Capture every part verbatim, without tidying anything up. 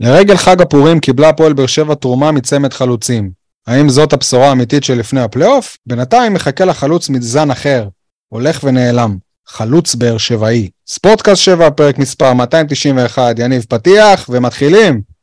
לרגל חג הפורים קיבלה הפועל באר שבע תרומה מצמד חלוצים. האם זאת הבשורה האמיתית שלפני הפלייאוף? בינתיים מחכה לחלוץ מזן אחר. הולך ונעלם. חלוץ באר שבעי. ספורטקאסט שבע, פרק מספר מאתיים תשעים ואחת. יניב פתיח ומתחילים.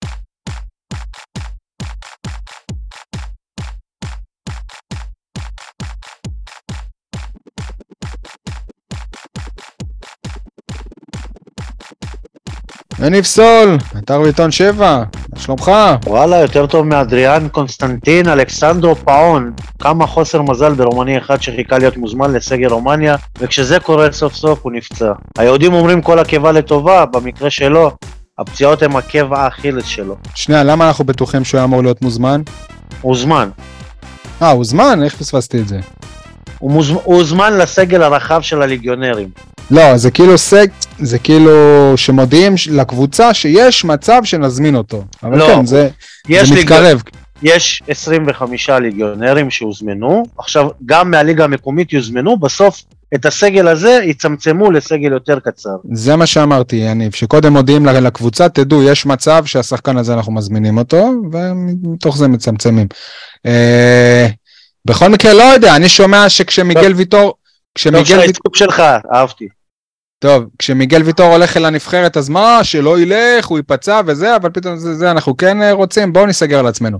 יניב סול, אתר ועיתון שבע, מה שלומך? וואלה, יותר טוב מאדריאן קונסטנטין אלכסנדרו פאון. כמה חוסר מזל ברומני אחד שחיכה להיות מוזמן לסגל רומניה, וכשזה קורה סוף סוף הוא נפצע. היהודים אומרים כל עקבה לטובה, במקרה שלו, הפציעות הם עקב האכילס שלו. שנייה, למה אנחנו בטוחים שהוא אמור להיות מוזמן? הוא זמן. אה, הוא זמן? איך פספסתי את זה? הוא, מוז... הוא זמן לסגל הרחב של הליגיונרים. לא, זה כאילו סג, זה כאילו שמודיעים לקבוצה שיש מצב שנזמין אותו. אבל לא, כן, זה, זה מתקרב. ליג... יש עשרים וחמישה ליגיונרים שהוזמנו, עכשיו גם מהליגה המקומית יוזמנו, בסוף את הסגל הזה יצמצמו לסגל יותר קצר. זה מה שאמרתי, יניב, שקודם מודיעים לקבוצה, תדעו, יש מצב שהשחקן הזה אנחנו מזמינים אותו, ומתוך זה מצמצמים. אה... בכל מקרה לא יודע, אני שומע שכשמיגל ויטור... טוב שהעיסוק שלך, אהבתי. טוב, כשמיגל ויטור הולך אל הנבחרת, אז מה, שלא ילך, הוא ייפצע וזה, אבל פתאום זה, זה אנחנו כן רוצים, בואו נסגר על עצמנו.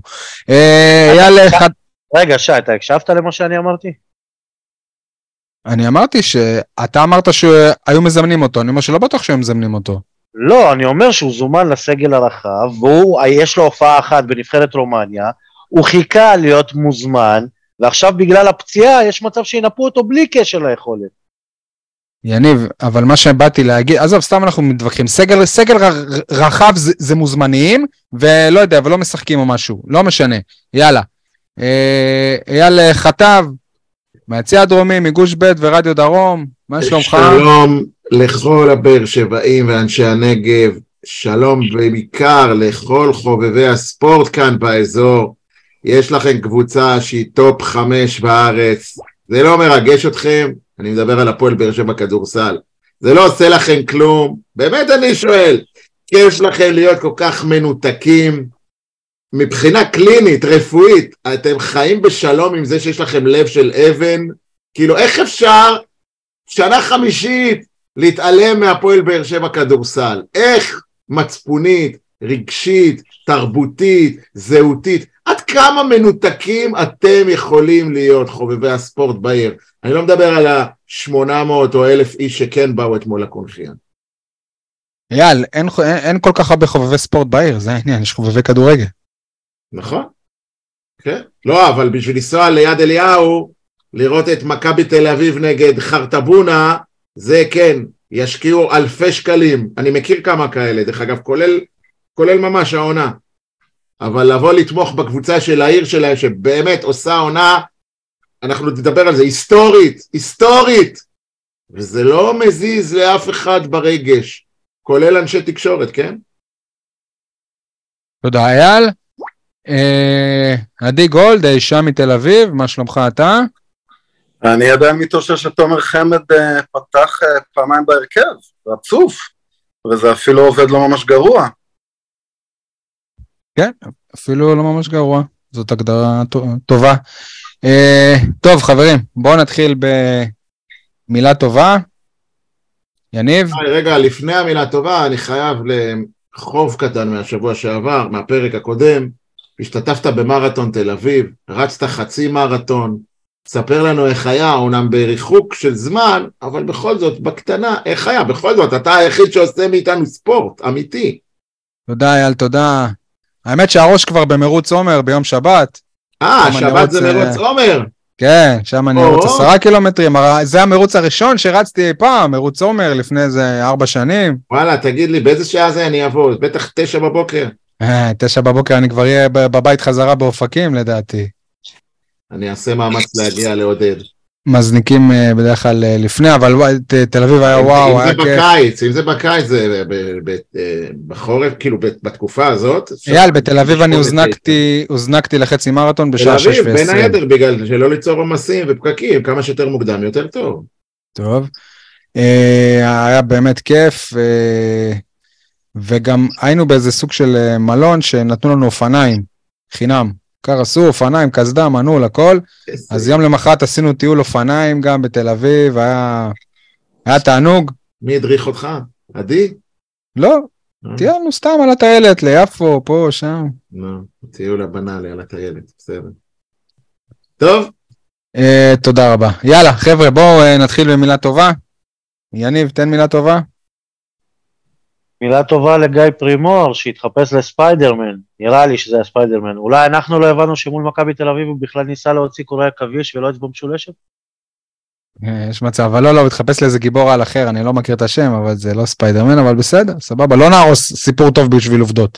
רגע, שי, אתה הקשבת למה שאני אמרתי? אני אמרתי שאתה אמרת שהיו מזמנים אותו, אני אומר שלא בטוח שהיו מזמנים אותו. לא, אני אומר שהוא זומן לסגל הרחב, ויש לו הופעה אחת בנבחרת רומניה, הוא חיכה להיות מוזמן, ועכשיו בגלל הפציעה יש מצב שינפו אותו בלי קשר ליכולת. יניב, אבל מה שבאתי להגיד, עזוב, סתם אנחנו מתווכחים, סגל, סגל רחב זה, זה מוזמנים, ולא יודע, ולא משחקים או משהו, לא משנה, יאללה. אה, אייל חטב, מהיציע הדרומי, מגוש בית ורדיו דרום, מה שלומך? שלום לכל הבאר שבעים ואנשי הנגב, שלום ובעיקר לכל חובבי הספורט כאן באזור, יש לכם קבוצה שהיא טופ חמש בארץ, זה לא מרגש אתכם, אני מדבר על הפועל באר שבע כדורסל, זה לא עושה לכם כלום, באמת אני שואל, יש לכם להיות כל כך מנותקים, מבחינה קלינית, רפואית, אתם חיים בשלום עם זה שיש לכם לב של אבן, כאילו איך אפשר שנה חמישית להתעלם מהפועל באר שבע כדורסל, איך מצפונית, רגשית, תרבותית, זהותית, עד כמה מנותקים אתם יכולים להיות חובבי הספורט בעיר? אני לא מדבר על ה-שמונה מאות או אלף איש שכן באו אתמול לקונחיין. אייל, אין, אין, אין כל כך הרבה חובבי ספורט בעיר, זה העניין, יש חובבי כדורגל. נכון? כן. לא, אבל בשביל לנסוע ליד אליהו, לראות את מכבי תל אביב נגד חרטבונה, זה כן, ישקיעו אלפי שקלים. אני מכיר כמה כאלה, דרך אגב, כולל, כולל ממש העונה. אבל לבוא לתמוך בקבוצה של העיר שלהם, שבאמת עושה עונה, אנחנו נדבר על זה, היסטורית, היסטורית, וזה לא מזיז לאף אחד ברגש, כולל אנשי תקשורת, כן? תודה, אייל. עדי גולד, אישה מתל אביב, מה שלומך אתה? אני עדיין מתאושש שתומר חמד פתח פעמיים בהרכב, רצוף, וזה אפילו עובד לא ממש גרוע. כן, אפילו לא ממש גרוע, זאת הגדרה טובה. טוב חברים, בואו נתחיל במילה טובה. יניב? רגע, לפני המילה טובה, אני חייב לחוב קטן מהשבוע שעבר, מהפרק הקודם, השתתפת במרתון תל אביב, רצת חצי מרתון, ספר לנו איך היה, אומנם בריחוק של זמן, אבל בכל זאת, בקטנה, איך היה, בכל זאת, אתה היחיד שעושה מאיתנו ספורט, אמיתי. תודה אייל, תודה. האמת שהראש כבר במרוץ עומר ביום שבת. אה, שבת זה מרוץ עומר. כן, שם אני מרוץ עשרה קילומטרים, זה המרוץ הראשון שרצתי אי פעם, מרוץ עומר לפני איזה ארבע שנים. וואלה, תגיד לי, באיזה שעה זה אני אעבור? בטח תשע בבוקר. תשע בבוקר אני כבר אהיה בבית חזרה באופקים לדעתי. אני אעשה מאמץ להגיע לעודד. מזניקים בדרך כלל לפני, אבל תל אביב היה וואו. אם זה בקיץ, אם זה בקיץ, זה בחורף, כאילו בתקופה הזאת. אייל, בתל אביב אני הוזנקתי לחצי מרתון בשעה שש ועשרים. תל אביב, בין היתר, בגלל שלא ליצור עומסים ופקקים, כמה שיותר מוקדם, יותר טוב. טוב. היה באמת כיף. וגם היינו באיזה סוג של מלון שנתנו לנו אופניים, חינם. כך עשו אופניים, קסדה, מנעול, הכל. אז יום למחרת עשינו טיול אופניים גם בתל אביב, היה, היה תענוג. מי הדריך אותך? עדי? לא, טיילנו סתם על הטיילת, ליפו, פה, שם. לא, טיול הבנאלי על הטיילת, בסדר. טוב? Uh, תודה רבה. יאללה, חבר'ה, בואו uh, נתחיל במילה טובה. יניב, תן מילה טובה. מילה טובה לגיא פרימור, שהתחפש לספיידרמן, נראה לי שזה הספיידרמן. אולי אנחנו לא הבנו שמול מכבי תל אביב הוא בכלל ניסה להוציא קורי עכביש ולא אצבע משולשת? יש מצב, אבל לא, לא, הוא התחפש לאיזה גיבור על אחר, אני לא מכיר את השם, אבל זה לא ספיידרמן, אבל בסדר, סבבה, לא נהרוס סיפור טוב בשביל עובדות.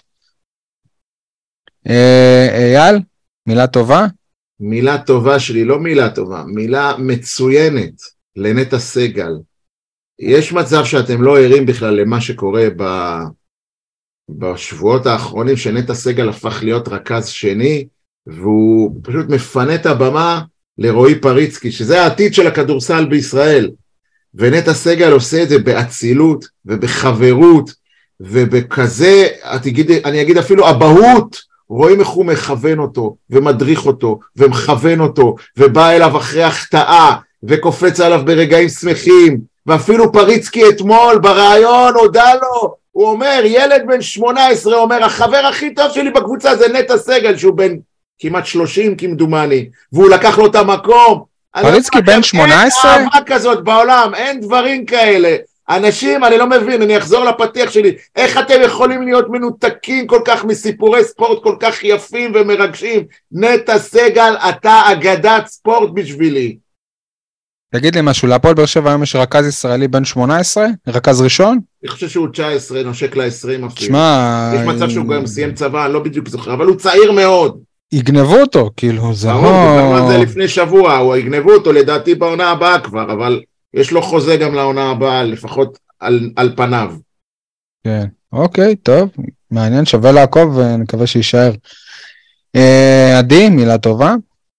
אייל, מילה טובה? מילה טובה שלי, לא מילה טובה, מילה מצוינת לנטע סגל. יש מצב שאתם לא ערים בכלל למה שקורה ב... בשבועות האחרונים, שנטע סגל הפך להיות רכז שני, והוא פשוט מפנה את הבמה לרועי פריצקי, שזה העתיד של הכדורסל בישראל, ונטע סגל עושה את זה באצילות ובחברות, ובכזה, אני אגיד אפילו אבהות, רואים איך הוא מכוון אותו, ומדריך אותו, ומכוון אותו, ובא אליו אחרי החטאה, וקופץ עליו ברגעים שמחים, ואפילו פריצקי אתמול ברעיון הודע לו, הוא אומר, ילד בן שמונה עשרה, אומר, החבר הכי טוב שלי בקבוצה זה נטע סגל, שהוא בן כמעט שלושים כמדומני, והוא לקח לו את המקום. פריצקי בן שמונה עשרה? אין אהבה כזאת בעולם, אין דברים כאלה. אנשים, אני לא מבין, אני אחזור לפתיח שלי, איך אתם יכולים להיות מנותקים כל כך מסיפורי ספורט כל כך יפים ומרגשים? נטע סגל, אתה אגדת ספורט בשבילי. תגיד לי משהו, להפועל באר שבע היום יש רכז ישראלי בן שמונה עשרה? רכז ראשון? אני חושב שהוא תשע עשרה, נושק ל-עשרים אפילו. שמה... יש מצב שהוא גם סיים צבא, אני לא בדיוק זוכר, אבל הוא צעיר מאוד. יגנבו אותו, כאילו, זה לא... ברור, דיברנו על זה לפני שבוע, הוא יגנבו אותו לדעתי בעונה הבאה כבר, אבל יש לו חוזה גם לעונה הבאה, לפחות על, על פניו. כן, אוקיי, טוב, מעניין, שווה לעקוב ונקווה שישאר. אה, עדי, מילה טובה.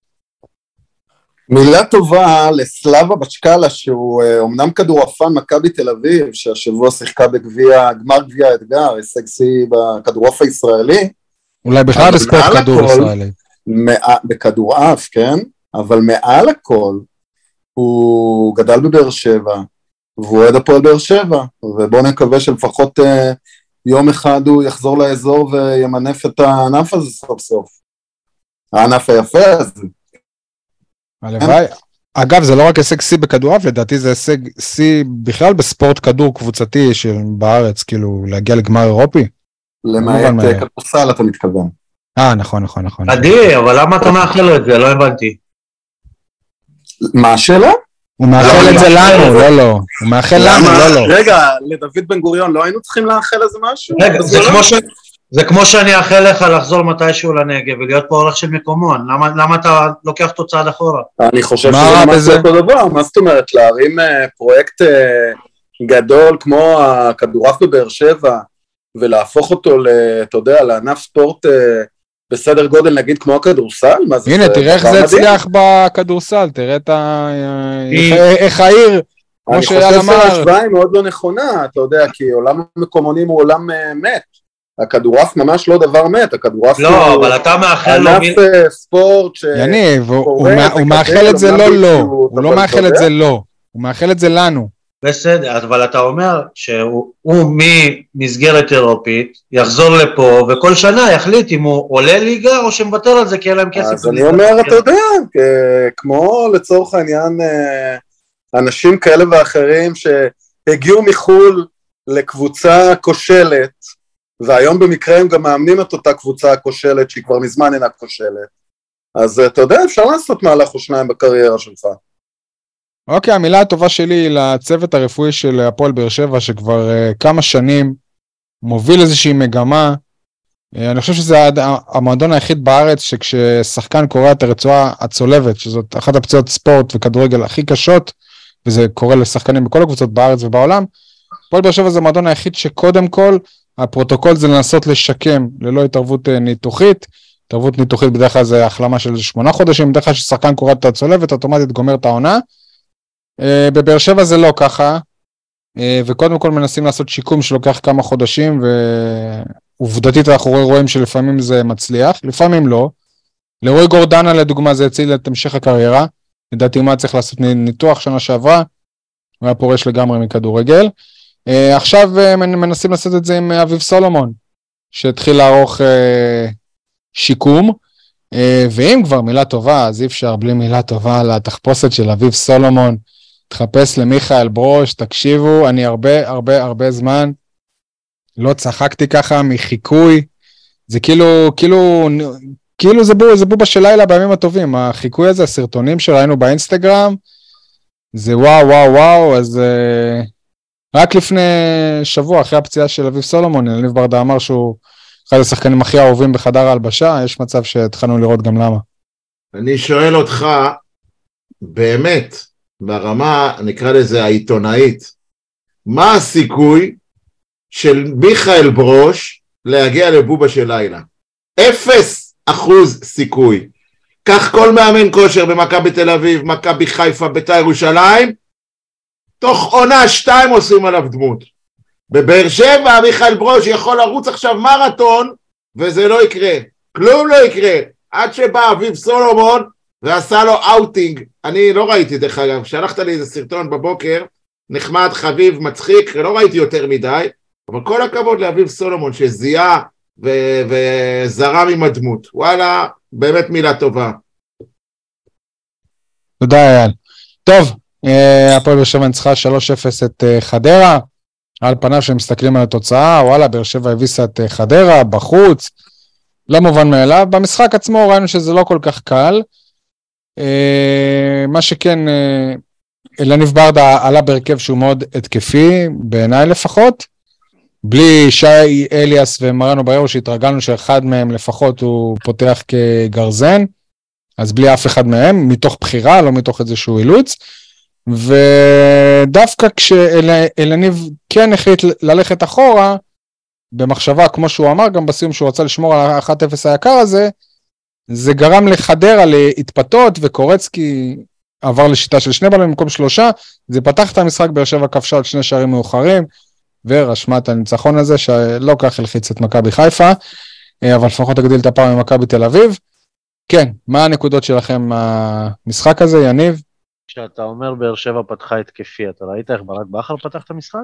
מילה טובה לסלאבה בצ'קאלה, שהוא אומנם כדורעפן מכבי תל אביב, שהשבוע שיחקה בגביע, גמר גביע האתגר, הישג שיא בכדורעף הישראלי. אולי בכלל בספורט כדור ישראלי. בכדורעף, כן? אבל מעל הכל, הוא גדל בבאר שבע, והוא אוהד הפועל באר שבע, ובואו נקווה שלפחות אה, יום אחד הוא יחזור לאזור וימנף את הענף הזה סוף סוף. הענף היפה הזה. הלוואי. אגב, זה לא רק הישג שיא בכדורעף, לדעתי זה הישג שיא בכלל בספורט כדור קבוצתי של בארץ, כאילו להגיע לגמר אירופי. למעט כדורסל אתה מתכוון. אה, נכון, נכון, נכון. עדי, אבל למה אתה מאחל לו את זה? לא הבנתי. מה השאלה? הוא מאחל את זה לנו, לא, לא. הוא מאחל לנו, לא, לא. רגע, לדוד בן גוריון, לא היינו צריכים לאחל איזה משהו? רגע, זה כמו שאני אאחל לך לחזור מתישהו לנגב ולהיות פה אורך של מקומון. למה אתה לוקח אותו צעד אחורה? אני חושב שזה ממש אותו דבר. מה זאת אומרת? להרים פרויקט גדול כמו הכדורעף בבאר שבע, ולהפוך אותו, אתה יודע, לענף ספורט בסדר גודל, נגיד, כמו הכדורסל? הנה, תראה איך זה הצליח בכדורסל, תראה את ה... איך העיר, כמו שאייל אמר. אני חושב שההשוואה היא מאוד לא נכונה, אתה יודע, כי עולם המקומונים הוא עולם מת. הכדורעף ממש לא דבר מת, הכדורעף הוא... לא, אבל אתה מאחל לו... ענף ספורט ש... יניב, הוא מאחל את זה לא לא, הוא לא מאחל את זה לא, הוא מאחל את זה לנו. בסדר, אבל אתה אומר שהוא ממסגרת אירופית יחזור לפה, וכל שנה יחליט אם הוא עולה ליגה או שמוותר על זה כי אין להם כסף. אז אני אומר, אתה יודע, כמו לצורך העניין אנשים כאלה ואחרים שהגיעו מחול לקבוצה כושלת, והיום במקרה הם גם מאמנים את אותה קבוצה כושלת שהיא כבר מזמן אינה כושלת, אז אתה יודע, אפשר לעשות מהלך או שניים בקריירה שלך. אוקיי, המילה הטובה שלי היא לצוות הרפואי של הפועל באר שבע, שכבר uh, כמה שנים מוביל איזושהי מגמה. Uh, אני חושב שזה המועדון היחיד בארץ, שכששחקן קורא את הרצועה הצולבת, שזאת אחת הפציעות ספורט וכדורגל הכי קשות, וזה קורה לשחקנים בכל הקבוצות בארץ ובעולם, הפועל באר שבע זה המועדון היחיד שקודם כל, הפרוטוקול זה לנסות לשקם ללא התערבות uh, ניתוחית, התערבות ניתוחית בדרך כלל זה החלמה של שמונה חודשים, בדרך כלל ששחקן קורא את הצולבת, אוטומטית גומר את העונה, בבאר שבע זה לא ככה, וקודם כל מנסים לעשות שיקום שלוקח כמה חודשים, ועובדתית אנחנו רואים שלפעמים זה מצליח, לפעמים לא. לרועי גורדנה לדוגמה זה הציל את המשך הקריירה, לדעתי מה צריך לעשות ניתוח שנה שעברה, הוא היה פורש לגמרי מכדורגל. עכשיו מנסים לעשות את זה עם אביב סולומון, שהתחיל לערוך שיקום, ואם כבר מילה טובה, אז אי אפשר בלי מילה טובה על התחפושת של אביב סולומון, תחפש למיכאל ברוש, תקשיבו, אני הרבה הרבה הרבה זמן לא צחקתי ככה מחיקוי, זה כאילו, כאילו, כאילו זה, בו, זה בובה של לילה בימים הטובים, החיקוי הזה, הסרטונים שראינו באינסטגרם, זה וואו וואו וואו, אז uh, רק לפני שבוע, אחרי הפציעה של אביב סולומון, יניב ברדה אמר שהוא אחד השחקנים הכי אהובים בחדר ההלבשה, יש מצב שהתחלנו לראות גם למה. אני שואל אותך, באמת, ברמה, נקרא לזה העיתונאית, מה הסיכוי של מיכאל ברוש להגיע לבובה של לילה? אפס אחוז סיכוי. כך כל מאמן כושר במכבי תל אביב, מכבי חיפה, בית"ר ירושלים, תוך עונה שתיים עושים עליו דמות. בבאר שבע מיכאל ברוש יכול לרוץ עכשיו מרתון, וזה לא יקרה. כלום לא יקרה. עד שבא אביב סולומון, ועשה לו אאוטינג, אני לא ראיתי דרך אגב, שלחת לי איזה סרטון בבוקר, נחמד, חביב, מצחיק, לא ראיתי יותר מדי, אבל כל הכבוד לאביב סולומון שזיהה ו- וזרם עם הדמות, וואלה, באמת מילה טובה. תודה אייל. טוב, הפועל באר שבע ניצחה שלוש אפס את חדרה, על פניו שמסתכלים על התוצאה, וואלה, באר שבע הביסה את חדרה, בחוץ, לא מובן מאליו, במשחק עצמו ראינו שזה לא כל כך קל, מה שכן, אלניב ברדה עלה בהרכב שהוא מאוד התקפי, בעיניי לפחות, בלי שי אליאס ומרנו בררו שהתרגלנו שאחד מהם לפחות הוא פותח כגרזן, אז בלי אף אחד מהם, מתוך בחירה, לא מתוך איזשהו אילוץ, ודווקא כשאלניב כן החליט ללכת אחורה, במחשבה כמו שהוא אמר, גם בסיום שהוא רצה לשמור על ה-אחת אפס היקר הזה, זה גרם לחדרה להתפתות, וקורצקי עבר לשיטה של שני בלמים במקום שלושה, זה פתח את המשחק באר שבע כבשה על שני שערים מאוחרים, ורשמה את הניצחון הזה, שלא כך הלחיץ את מכבי חיפה, אבל לפחות תגדיל את הפעם ממכבי תל אביב. כן, מה הנקודות שלכם מהמשחק הזה, יניב? כשאתה אומר באר שבע פתחה התקפי, אתה ראית איך ברק בכר פתח את המשחק?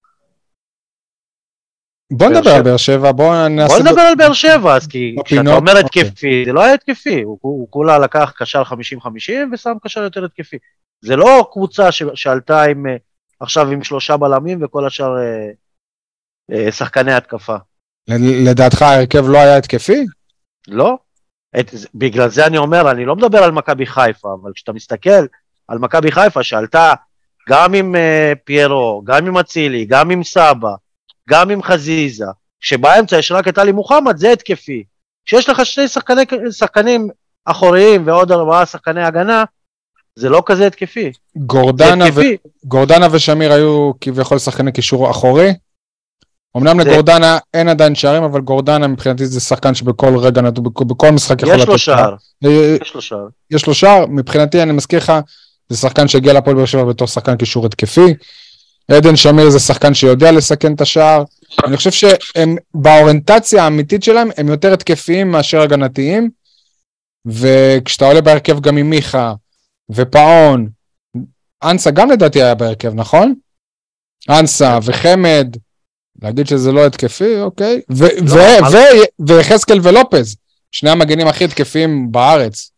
בוא נדבר על באר שבע, בוא נעשה... בוא נדבר על באר שבע, אז כי כשאתה אומר התקפי, זה לא היה התקפי, הוא כולה לקח קשר חמישים חמישים ושם קשר יותר התקפי. זה לא קבוצה שעלתה עכשיו עם שלושה בלמים וכל השאר שחקני התקפה. לדעתך ההרכב לא היה התקפי? לא. בגלל זה אני אומר, אני לא מדבר על מכבי חיפה, אבל כשאתה מסתכל על מכבי חיפה שעלתה גם עם פיירו, גם עם אצילי, גם עם סבא, גם עם חזיזה, שבאמצע יש רק את אלי מוחמד, זה התקפי. כשיש לך שני שחקני, שחקנים אחוריים ועוד ארבעה שחקני הגנה, זה לא כזה התקפי. גורדנה, ו... גורדנה ושמיר היו כביכול שחקני קישור אחורי. אמנם זה... לגורדנה אין עדיין שערים, אבל גורדנה מבחינתי זה שחקן שבכל רגע נתו, בכל משחק יכול לתת. יש לו שער. יש לו שער. יש לו שער, מבחינתי אני מזכיר לך, זה שחקן שהגיע לפועל באר שבע בתור שחקן קישור התקפי. עדן שמיר זה שחקן שיודע לסכן את השער. אני חושב שהם באוריינטציה האמיתית שלהם, הם יותר התקפיים מאשר הגנתיים, וכשאתה עולה בהרכב גם עם מיכה ופאון, אנסה גם לדעתי היה בהרכב, נכון? אנסה וחמד, להגיד שזה לא התקפי, אוקיי, וחסקל ולופז, שני המגנים הכי התקפיים בארץ.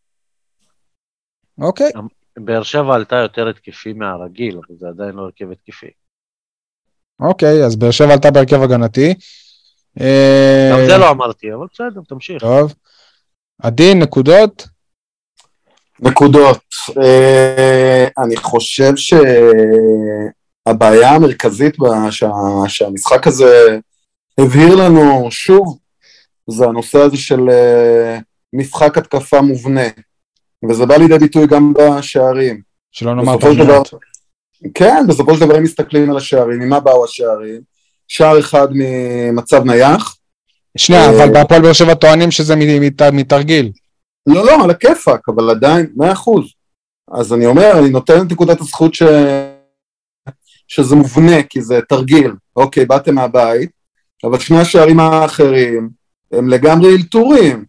אוקיי. באר שבע עלתה יותר התקפי מהרגיל, אבל זה עדיין לא הרכב התקפי. אוקיי, אז באר שבע עלתה בהרכב הגנתי. גם זה לא אמרתי, אבל בסדר, תמשיך. טוב. עדין, נקודות? נקודות. אני חושב שהבעיה המרכזית שהמשחק הזה הבהיר לנו שוב, זה הנושא הזה של משחק התקפה מובנה. וזה בא לידי ביטוי גם בשערים. שלא נאמר תמונות. כן, בסופו של דבר הם מסתכלים על השערים, ממה באו השערים? שער אחד ממצב נייח. שנייה, אבל בהפועל באר שבע טוענים שזה מתרגיל. לא, לא, על הכיפק, אבל עדיין, מאה אחוז. אז אני אומר, אני נותן את נקודת הזכות שזה מובנה, כי זה תרגיל, אוקיי, באתם מהבית, אבל שני השערים האחרים הם לגמרי אלתורים.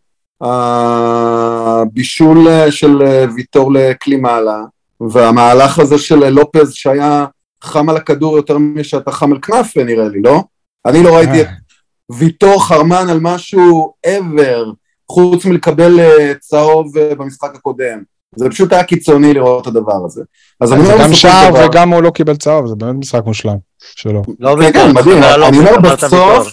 הבישול של ויטור לקלימאלה, והמהלך הזה של לופז שהיה חם על הכדור יותר משאתה חם על כנף, נראה לי, לא? אני לא ראיתי את ויטור חרמן על משהו ever, חוץ מלקבל צהוב במשחק הקודם. זה פשוט היה קיצוני לראות את הדבר הזה. אז גם שער וגם הוא לא קיבל צהוב, זה באמת משחק מושלם שלו. כן, מדהים, אני אומר בסוף,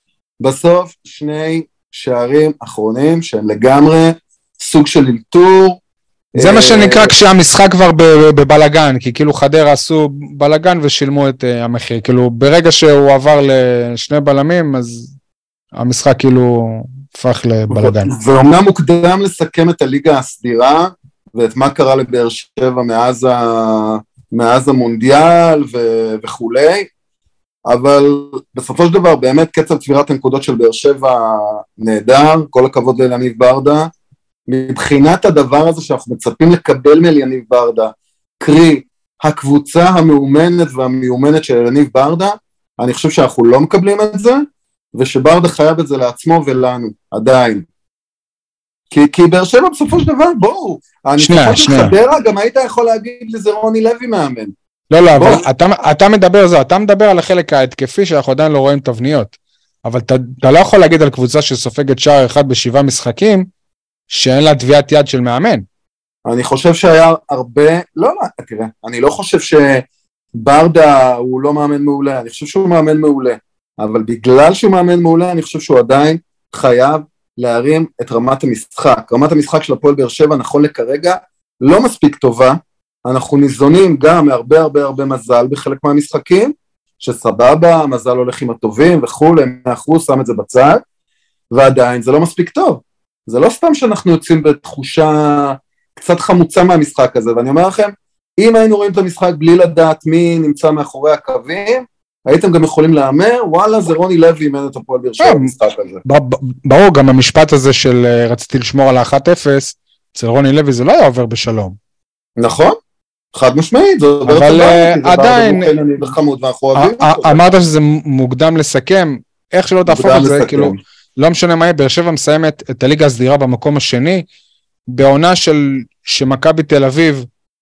בסוף שני שערים אחרונים שהם לגמרי סוג של אלתור. זה מה שנקרא כשהמשחק כבר בבלגן, כי כאילו חדרה עשו בלגן ושילמו את המחיר, כאילו ברגע שהוא עבר לשני בלמים, אז המשחק כאילו הפך לבלגן. ואומנם מוקדם לסכם את הליגה הסדירה, ואת מה קרה לבאר שבע מאז, ה... מאז המונדיאל ו... וכולי, אבל בסופו של דבר באמת קצב צבירת הנקודות של באר שבע נהדר, כל הכבוד ליניב ברדה, מבחינת הדבר הזה שאנחנו מצפים לקבל מיניב ברדה, קרי הקבוצה המאומנת והמיומנת של יניב ברדה, אני חושב שאנחנו לא מקבלים את זה, ושברדה חייב את זה לעצמו ולנו, עדיין. כי, כי באר שבע בסופו של דבר, בואו, אני חושב שחדרה גם היית יכול להגיד לזה רוני לוי מאמן. לא, לא, אבל אתה, אתה מדבר זה, אתה מדבר על החלק ההתקפי שאנחנו עדיין לא רואים תבניות, אבל אתה, אתה לא יכול להגיד על קבוצה שסופגת שער אחד בשבעה משחקים, שאין לה תביעת יד של מאמן. אני חושב שהיה הרבה, לא, לא, תראה, אני לא חושב שברדה הוא לא מאמן מעולה, אני חושב שהוא מאמן מעולה, אבל בגלל שהוא מאמן מעולה, אני חושב שהוא עדיין חייב להרים את רמת המשחק. רמת המשחק של הפועל באר שבע, נכון לכרגע, לא מספיק טובה, אנחנו ניזונים גם מהרבה הרבה הרבה מזל בחלק מהמשחקים, שסבבה, המזל הולך עם הטובים וכו', מאחרו, שם את זה בצד, ועדיין זה לא מספיק טוב. זה לא סתם שאנחנו יוצאים בתחושה קצת חמוצה מהמשחק הזה, ואני אומר לכם, אם היינו רואים את המשחק בלי לדעת מי נמצא מאחורי הקווים, הייתם גם יכולים לאמר, וואלה, זה רוני לוי אימן את הפועל באר שבע במשחק הזה. ברור, גם המשפט הזה של רציתי לשמור על ה-אחת אפס, אצל רוני לוי זה לא היה עובר בשלום. נכון, חד משמעית, אבל עדיין, אמרת שזה מוקדם לסכם, איך שלא תהפוך את זה, כאילו, לא משנה מה, באר שבע מסיימת את הליגה הסדירה במקום השני, בעונה של שמכבי תל אביב,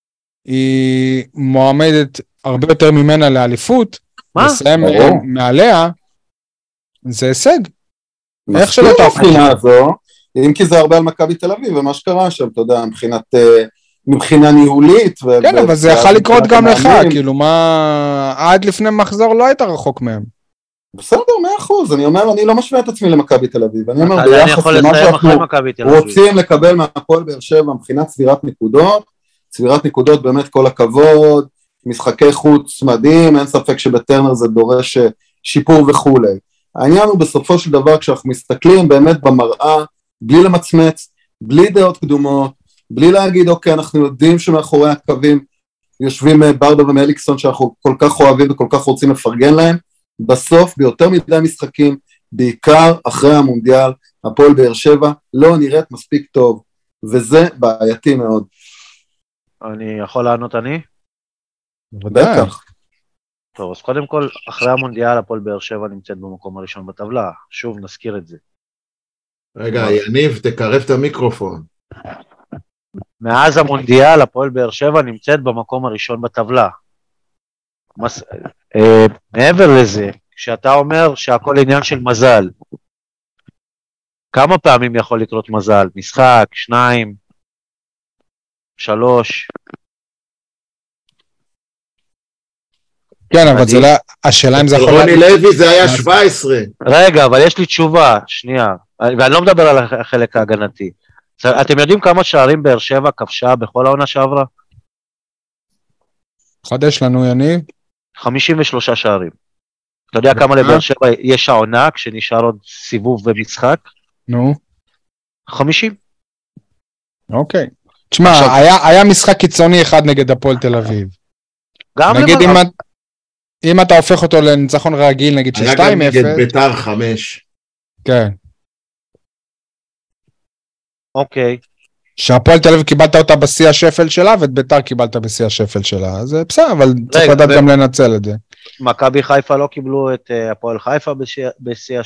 היא מועמדת הרבה יותר ממנה לאליפות, לסיים מעליה, זה הישג. איך שלא תהפוך את זה. אם כי זה הרבה על מכבי תל אביב, ומה שקרה שם, אתה יודע, מבחינת, מבחינה ניהולית. כן, אבל זה יכול לקרות גם לך, כאילו מה, עד לפני מחזור לא היית רחוק מהם. בסדר, מאה אחוז, אני אומר, אני לא משווה את עצמי למכבי תל אביב, אני אומר, ביחס למה שאנחנו רוצים לקבל מהפועל באר שבע, מבחינת צבירת נקודות, צבירת נקודות באמת כל הכבוד, משחקי חוץ מדהים, אין ספק שבטרנר זה דורש שיפור וכו'. העניין הוא בסופו של דבר, כשאנחנו מסתכלים באמת במראה, בלי למצמץ, בלי דעות קדומות, בלי להגיד, אוקיי, אנחנו יודעים שמאחורי הקווים יושבים ברדה ומליקסון, שאנחנו כל כך אוהבים וכל כך רוצים לפרגן להם, בסוף, ביותר מדי משחקים, בעיקר אחרי המונדיאל, הפועל באר שבע לא נראית מספיק טוב, וזה בעייתי מאוד. אני יכול לענות אני? בטח. טוב, אז קודם כל, אחרי המונדיאל, הפועל באר שבע נמצאת במקום הראשון בטבלה, שוב נזכיר את זה. רגע, יניב, תקרב את המיקרופון. מאז המונדיאל, הפועל באר שבע נמצאת במקום הראשון בטבלה. מס... אה, מעבר לזה, כשאתה אומר שהכל עניין של מזל, כמה פעמים יכול לקרות מזל? משחק, שניים, שלוש. כן, אבל זה לא, השאלה אם זה יכול... רוני לוי זה היה שבע עשרה. רגע, אבל יש לי תשובה, שנייה, ואני לא מדבר על החלק ההגנתי. אתם יודעים כמה שערים באר שבע כבשה בכל העונה שעברה? חדש לנו, יניב. חמישים ושלושה שערים. אתה יודע כמה לבאר שבע יש העונה כשנשאר עוד סיבוב ומשחק? נו. חמישים. אוקיי. תשמע, היה משחק קיצוני אחד נגד הפועל תל אביב. גם נגיד אם אתה הופך אותו לניצחון רגיל, נגיד שתיים אפס. היה גם נגד ביתר חמש. כן. אוקיי. שהפועל תל אביב קיבלת אותה בשיא השפל שלה, ואת ביתר קיבלת בשיא השפל שלה, אז בסדר, אבל צריך לדעת גם לנצל את זה. מכבי חיפה לא קיבלו את הפועל חיפה בשיא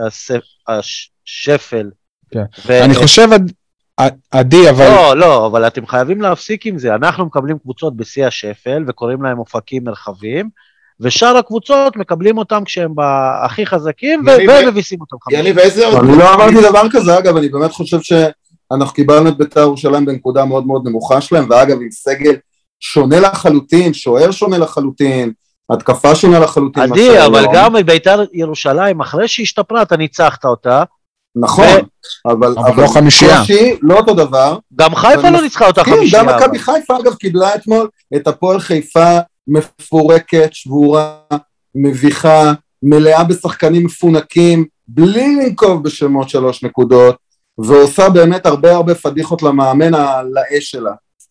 השפל. אני חושב, עדי, אבל... לא, לא, אבל אתם חייבים להפסיק עם זה, אנחנו מקבלים קבוצות בשיא השפל, וקוראים להם אופקים מרחבים, ושאר הקבוצות מקבלים אותם כשהם הכי חזקים, ומביסים אותם חמישים. אני לא אמרתי דבר כזה, אגב, אני באמת חושב שאנחנו קיבלנו את בית"ר ירושלים בנקודה מאוד מאוד נמוכה שלהם, ואגב, עם סגל שונה לחלוטין, שוער שונה לחלוטין, התקפה שונה לחלוטין. עדי, אבל גם בית"ר ירושלים, אחרי שהשתפרה, אתה ניצחת אותה. נכון, אבל לא חמישייה. לא אותו דבר. גם חיפה לא ניצחה אותה חמישייה. גם מכבי חיפה, אגב, קיבלה אתמול את הפועל חיפה, מפורקת, שבורה, מביכה, מלאה בשחקנים מפונקים, בלי לנקוב בשמות שלוש נקודות, ועושה באמת הרבה הרבה פדיחות למאמן האש שלה.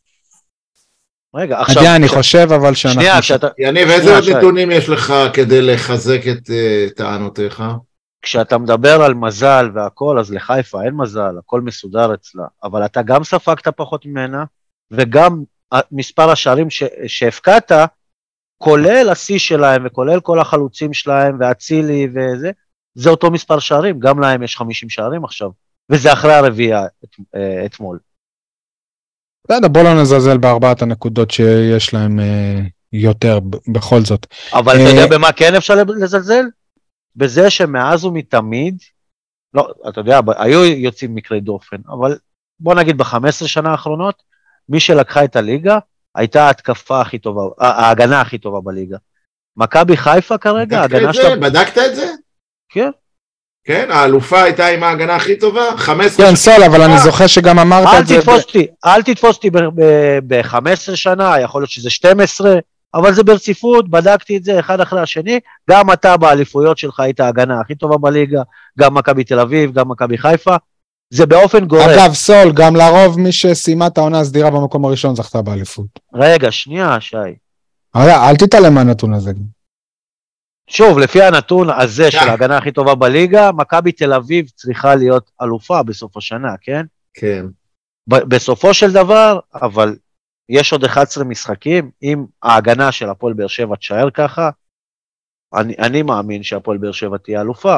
רגע, עכשיו... אני חושב אבל שאנחנו... שנייה, כשאתה... יניב, איזה עוד נתונים יש לך כדי לחזק את טענותיך? כשאתה מדבר על מזל והכל, אז לחיפה אין מזל, הכל מסודר אצלה, אבל אתה גם ספגת פחות ממנה, וגם מספר השערים שהפקעת, כולל השיא שלהם, וכולל כל החלוצים שלהם, והצילי וזה, זה אותו מספר שערים, גם להם יש חמישים שערים עכשיו, וזה אחרי הרביעייה אתמול. בוא לא נזלזל בארבעת הנקודות שיש להם יותר בכל זאת. אבל אתה יודע במה כן אפשר לזלזל? בזה שמאז ומתמיד, לא, אתה יודע, היו יוצאים מקרי דופן, אבל בוא נגיד ב-חמש עשרה שנה האחרונות, מי שלקחה את הליגה, הייתה ההתקפה הכי טובה, ההגנה הכי טובה בליגה. מכבי חיפה כרגע, ההגנה שלה... בדקת את זה? כן. כן, האלופה הייתה עם ההגנה הכי טובה, חמש עשרה... כן, סול, אבל אני זוכר שגם אמרת את זה... אל תתפוס אותי ב-חמש עשרה שנה, יכול להיות שזה שתים עשרה, אבל זה ברציפות, בדקתי את זה אחד אחרי השני, גם אתה באליפויות שלך היית ההגנה הכי טובה בליגה, גם מכבי תל אביב, גם מכבי חיפה, זה באופן גורף. אגב, סול, גם לרוב מי שסיימה את העונה הסדירה במקום הראשון זכתה באליפות. רגע, שנייה, שי. אל תתעלם מהנתון הזה. שוב, לפי הנתון הזה של ההגנה הכי טובה בליגה, מכבי תל אביב צריכה להיות אלופה בסוף השנה, כן? כן. בסופו של דבר, אבל יש עוד אחד עשר משחקים, אם ההגנה של הפועל באר שבע תשאר ככה, אני, אני מאמין שהפועל באר שבע תהיה אלופה.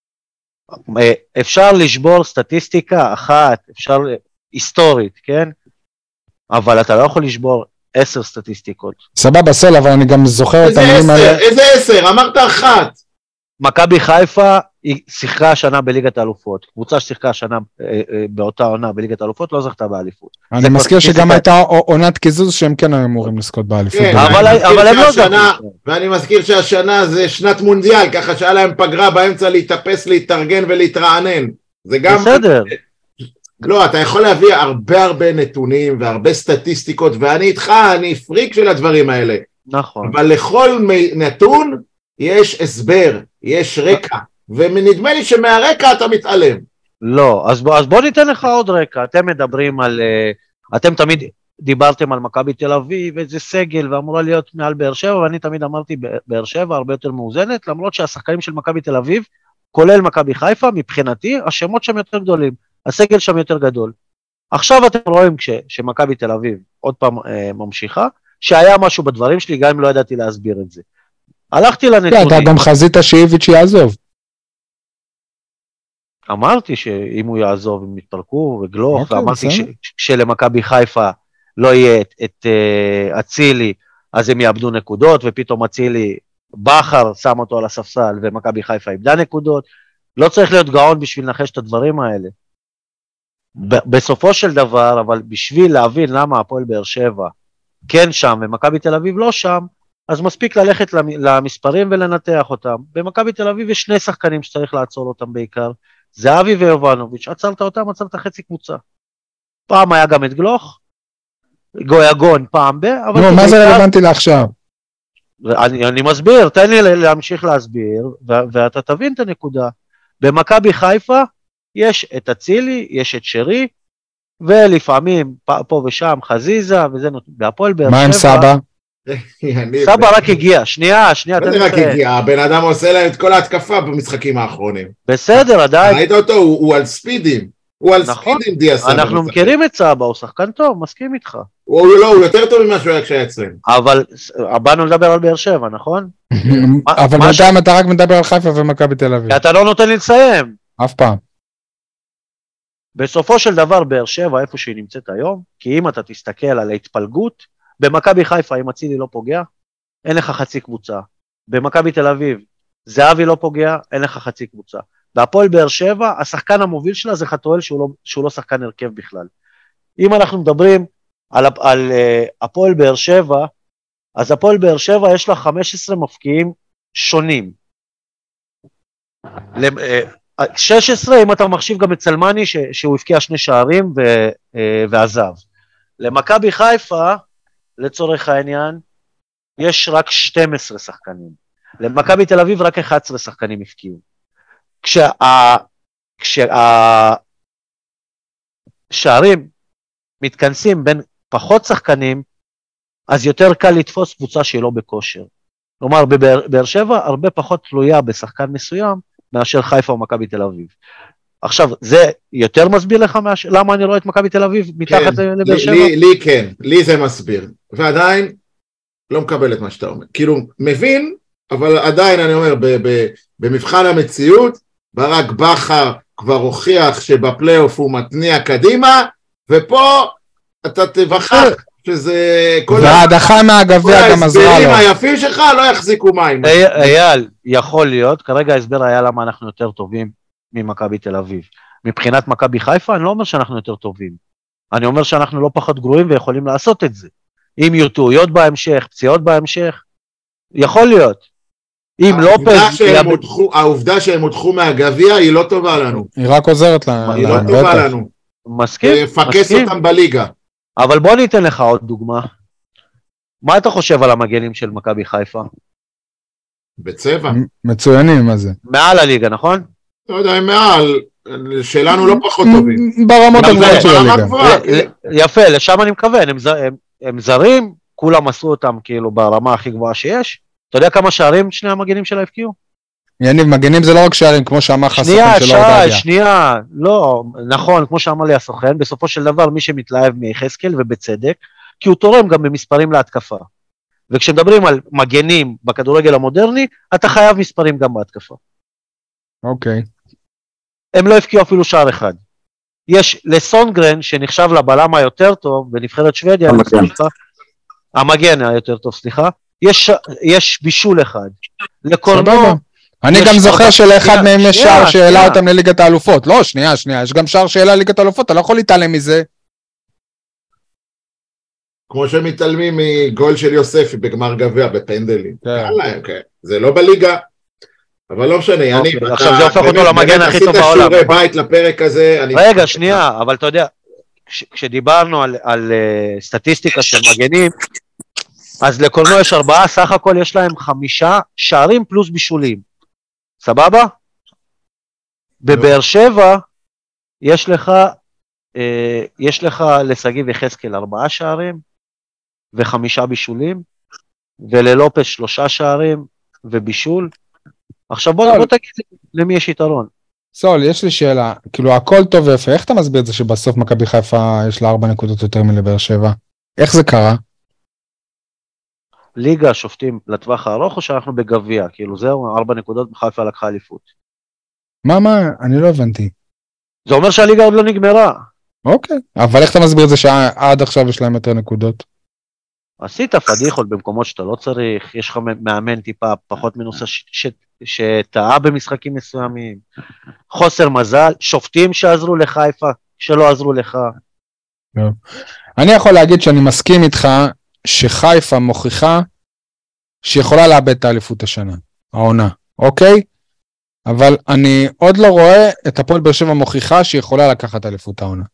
אפשר לשבור סטטיסטיקה אחת, אפשר היסטורית, כן? אבל אתה לא יכול לשבור עשר סטטיסטיקות. סבבה, סול, אבל אני גם זוכר את המילים האלה. איזה עשר? אמרת אחת. מכבי חיפה היא שיחקה השנה בליגת האלופות. קבוצה ששיחקה השנה באותה עונה בליגת האלופות לא זכתה באליפות. אני מזכיר שגם הייתה עונת קיזוז שהם כן היו אמורים לזכות באליפות. אבל הם לא זכו. ואני מזכיר שהשנה זה שנת מונדיאל, ככה שהיה להם פגרה באמצע להתאפס, להתארגן ולהתרענן. זה גם... בסדר. לא, אתה יכול להביא הרבה הרבה נתונים והרבה סטטיסטיקות, ואני איתך, אני פריק של הדברים האלה. נכון. אבל לכל נתון יש הסבר, יש רקע, ונדמה לי שמהרקע אתה מתעלם. לא, אז בוא, אז בוא ניתן לך עוד רקע. אתם מדברים על, אתם תמיד דיברתם על מכבי תל אביב, איזה סגל, ואמורה להיות מעל באר שבע, ואני תמיד אמרתי באר שבע הרבה יותר מאוזנת, למרות שהשחקנים של מכבי תל אביב, כולל מכבי חיפה, מבחינתי, השמות שם יותר גדולים, הסגל שם יותר גדול. עכשיו אתם רואים כש, שמכבי תל אביב עוד פעם אה, ממשיכה, שהיה משהו בדברים שלי, גם אם לא ידעתי להסביר את זה. הלכתי לנתונים. אתה גם חזית שאיביץ' יעזוב. אמרתי שאם הוא יעזוב, הם יתפרקו וגלוך, ואמרתי שלמכבי חיפה לא יהיה את אצילי, אז הם יאבדו נקודות, ופתאום אצילי בחר, שם אותו על הספסל, ומכבי חיפה איבדה נקודות. לא צריך להיות גאון בשביל לנחש את הדברים האלה. בסופו של דבר, אבל בשביל להבין למה הפועל באר שבע כן שם, ומכבי תל אביב לא שם, אז מספיק ללכת למספרים ולנתח אותם. במכבי תל אביב יש שני שחקנים שצריך לעצור אותם בעיקר, זה אבי ויובנוביץ', עצרת אותם, עצרת חצי קבוצה. פעם היה גם את גלוך, גויגון פעם ב... נו, מה זה רלוונטי לעכשיו? אני, אני מסביר, תן לי להמשיך להסביר, ו- ואתה תבין את הנקודה. במכבי חיפה יש את אצילי, יש את שרי, ולפעמים פה ושם חזיזה, וזה נותן, והפועל באר שבע... מה עם סבא? סבא רק הגיע, שנייה, שנייה. מה זה רק הגיע? הבן אדם עושה להם את כל ההתקפה במשחקים האחרונים. בסדר, עדיין. ראית אותו, הוא על ספידים. הוא על נכון. ספיד עם דיה סבא. אנחנו מכירים את סבא, הוא שחקן טוב, מסכים איתך. הוא לא, הוא יותר טוב ממה שהוא היה כשהיה אצלנו. אבל באנו לדבר על באר שבע, נכון? אבל בינתיים אתה רק מדבר על חיפה ומכבי תל אביב. כי אתה לא נותן לי לסיים. אף פעם. בסופו של דבר באר שבע, איפה שהיא נמצאת היום, כי אם אתה תסתכל על ההתפלגות, במכבי חיפה, אם אצילי לא פוגע, אין לך חצי קבוצה. במכבי תל אביב, זהבי לא פוגע, אין לך חצי קבוצה. בהפועל באר שבע, השחקן המוביל שלה זה חתואל שהוא לא, שהוא לא שחקן הרכב בכלל. אם אנחנו מדברים על, על uh, הפועל באר שבע, אז הפועל באר שבע יש לה חמישה עשר מפקיעים שונים. שש עשרה אם אתה מחשיב גם את צלמני ש, שהוא הפקיע שני שערים ו, uh, ועזב. למכבי חיפה, לצורך העניין, יש רק שנים עשר שחקנים. למכבי תל אביב רק אחד עשר שחקנים הפקיעו. כשה, כשהשערים מתכנסים בין פחות שחקנים, אז יותר קל לתפוס קבוצה שהיא לא בכושר. כלומר, בבאר שבע הרבה פחות תלויה בשחקן מסוים, מאשר חיפה או מכבי תל אביב. עכשיו, זה יותר מסביר לך מאשר, למה אני רואה את מכבי תל אביב מתחת כן, לבאר שבע? לי, לי כן, לי זה מסביר. ועדיין, לא מקבל את מה שאתה אומר. כאילו, מבין, אבל עדיין אני אומר, ב, ב, במבחן המציאות, ברק בכר כבר הוכיח שבפלייאוף הוא מתניע קדימה, ופה אתה תבחר שזה... וההדחה מהגביע גם עזרה לו. כל ההסברים היפים שלך לא יחזיקו מים. אייל, יכול להיות, כרגע ההסבר היה למה אנחנו יותר טובים ממכבי תל אביב. מבחינת מכבי חיפה, אני לא אומר שאנחנו יותר טובים. אני אומר שאנחנו לא פחות גרועים ויכולים לעשות את זה. אם יהיו טעויות בהמשך, פציעות בהמשך, יכול להיות. אם לופז... העובדה שהם הודחו מהגביע היא לא טובה לנו. היא רק עוזרת לנו. היא לא טובה לנו. מסכים? פקס אותם בליגה. אבל בוא ניתן לך עוד דוגמה. מה אתה חושב על המגנים של מכבי חיפה? בצבע. מצוינים, מה זה? מעל הליגה, נכון? לא יודע, הם מעל. שלנו לא פחות טובים. ברמות הגבוהות של הליגה. יפה, לשם אני מכוון. הם זרים, כולם עשו אותם כאילו ברמה הכי גבוהה שיש. אתה יודע כמה שערים שני המגנים שלה הפקיעו? יניב, מגנים זה לא רק שערים, כמו שאמר לך הסוכן של אורדליה. שנייה, שנייה, לא, נכון, כמו שאמר לי הסוכן, בסופו של דבר מי שמתלהב מיחזקאל ובצדק, כי הוא תורם גם במספרים להתקפה. וכשמדברים על מגנים בכדורגל המודרני, אתה חייב מספרים גם בהתקפה. אוקיי. הם לא הפקיעו אפילו שער אחד. יש לסונגרן, שנחשב לבלם היותר טוב, בנבחרת שוודיה, המגן היותר טוב, סליחה, יש, יש בישול אחד. לקורנו... אני גם זוכר שלאחד מהם יש שער שהעלה אותם לליגת האלופות. לא, שנייה, שנייה, יש גם שער שהעלה לליגת האלופות, אתה לא יכול להתעלם מזה. כמו שמתעלמים מגול של יוספי בגמר גביע בפנדלים. זה לא בליגה, אבל לא משנה. עכשיו זה הופך אותו למגן הכי טוב בעולם. עשית שיעורי בית לפרק הזה. רגע, שנייה, אבל אתה יודע, כשדיברנו על סטטיסטיקה של מגנים, אז לקורנו יש ארבעה, סך הכל יש להם חמישה שערים פלוס בישולים. סבבה? בבאר שבע יש לך, אה, יש לך לסגיב יחזקאל ארבעה שערים וחמישה בישולים, וללופס שלושה שערים ובישול. עכשיו בוא, בוא תגיד למי יש יתרון. סול, יש לי שאלה, כאילו הכל טוב ויפה, איך אתה מסביר את זה שבסוף מכבי חיפה יש לה ארבע נקודות יותר מלבאר שבע? איך זה קרה? ליגה שופטים לטווח הארוך או שאנחנו בגביע? כאילו זהו, ארבע נקודות בחיפה לקחה אליפות. מה, מה? אני לא הבנתי. זה אומר שהליגה עוד לא נגמרה. אוקיי, אבל איך אתה מסביר את זה שעד עכשיו יש להם יותר נקודות? עשית פדיחות במקומות שאתה לא צריך, יש לך מאמן טיפה פחות מנוסה שטעה במשחקים מסוימים, חוסר מזל, שופטים שעזרו לחיפה, שלא עזרו לך. אני יכול להגיד שאני מסכים איתך, שחיפה מוכיחה שיכולה לאבד את האליפות השנה, העונה, אוקיי? אבל אני עוד לא רואה את הפועל באר שבע מוכיחה שיכולה לקחת אליפות העונה.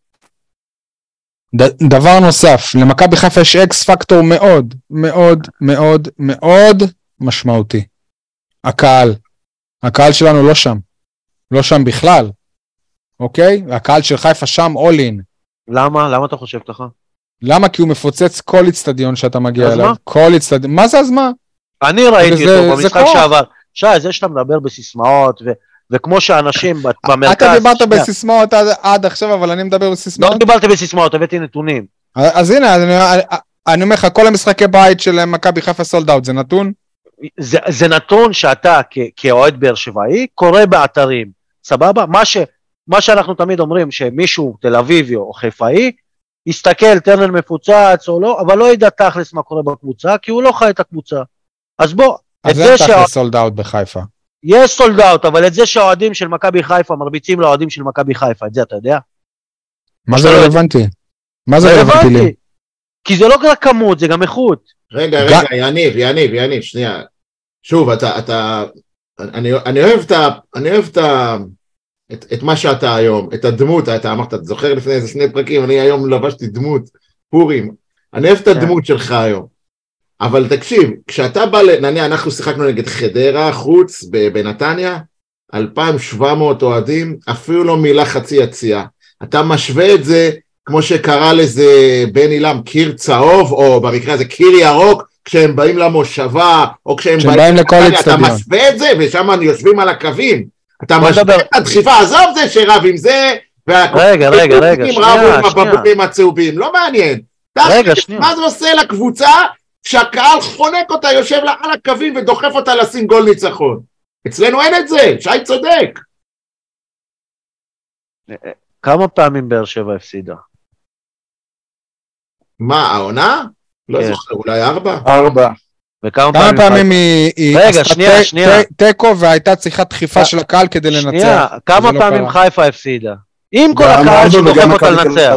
ד- דבר נוסף, למכבי חיפה יש אקס פקטור מאוד, מאוד, מאוד, מאוד משמעותי. הקהל. הקהל שלנו לא שם. לא שם בכלל. אוקיי? הקהל של חיפה שם all in. למה? למה אתה חושב ככה? למה? כי הוא מפוצץ כל אצטדיון שאתה מגיע אז אליו. מה? כל אצטדיון. מה זה אז מה? אני ראיתי זה- אותו זה במשחק כוח. שעבר. שי, זה שאתה מדבר בסיסמאות, ו- וכמו שאנשים במרכז... אתה דיברת בסיסמאות עד עכשיו, אבל אני מדבר בסיסמאות. לא דיברתי בסיסמאות, הבאתי נתונים. אז הנה, אני אומר לך, כל המשחקי בית של מכבי חיפה סולד אאוט, זה נתון? זה נתון שאתה כאוהד באר שבעי, קורא באתרים, סבבה? מה שאנחנו תמיד אומרים, שמישהו תל אביבי או חיפאי, יסתכל, טרנר מפוצץ או לא, אבל לא ידע תכלס מה קורה בקבוצה, כי הוא לא חי את הקבוצה. אז בוא, אז אין תכלס סולד אאוט בחיפה. יש סולד אאוט, אבל את זה שהאוהדים של מכבי חיפה מרביצים לאוהדים של מכבי חיפה, את זה אתה יודע? מה זה רלוונטי? מה זה רלוונטי לי? כי זה לא רק כמות, זה גם איכות. רגע, רגע, יניב, יניב, יניב, שנייה. שוב, אתה, אתה, אני, אני אוהב את ה, אני אוהב את ה, את, את מה שאתה היום, את הדמות, אתה אמרת, אתה זוכר לפני איזה שני פרקים, אני היום לבשתי דמות, פורים, אני אוהב את הדמות שלך היום. אבל תקשיב, כשאתה בא, נניח, אנחנו שיחקנו נגד חדרה, חוץ, בנתניה, אלפיים ושבע מאות אוהדים, אפילו לא מילה חצי יציאה. אתה משווה את זה, כמו שקרא לזה בן אילם, קיר צהוב, או במקרה הזה קיר ירוק, כשהם באים למושבה, או כשהם באים לכל אצטדיון. אתה משווה את זה, ושם יושבים על הקווים. אתה משווה את הדחיפה, עזוב זה שרב עם זה, רגע, רגע, רגע, שנייה, שנייה. הצהובים, לא מעניין. רגע, שנייה. מה זה עושה לקבוצה, שהקהל חונק אותה, יושב לה על הקווים, ודוחף אותה לשים גול ניצחון. אצלנו אין את זה, שי צודק. כמה פעמים באר שבע הפסידה? מה, העונה? לא זוכר, אולי ארבע? ארבע. וכמה כמה פעמים היא עשתה טקו והייתה צריכה דחיפה של הקהל כדי לנצח? שנייה, כמה פעמים חיפה הפסידה? עם כל הקהל שדוחף אותה לנצח.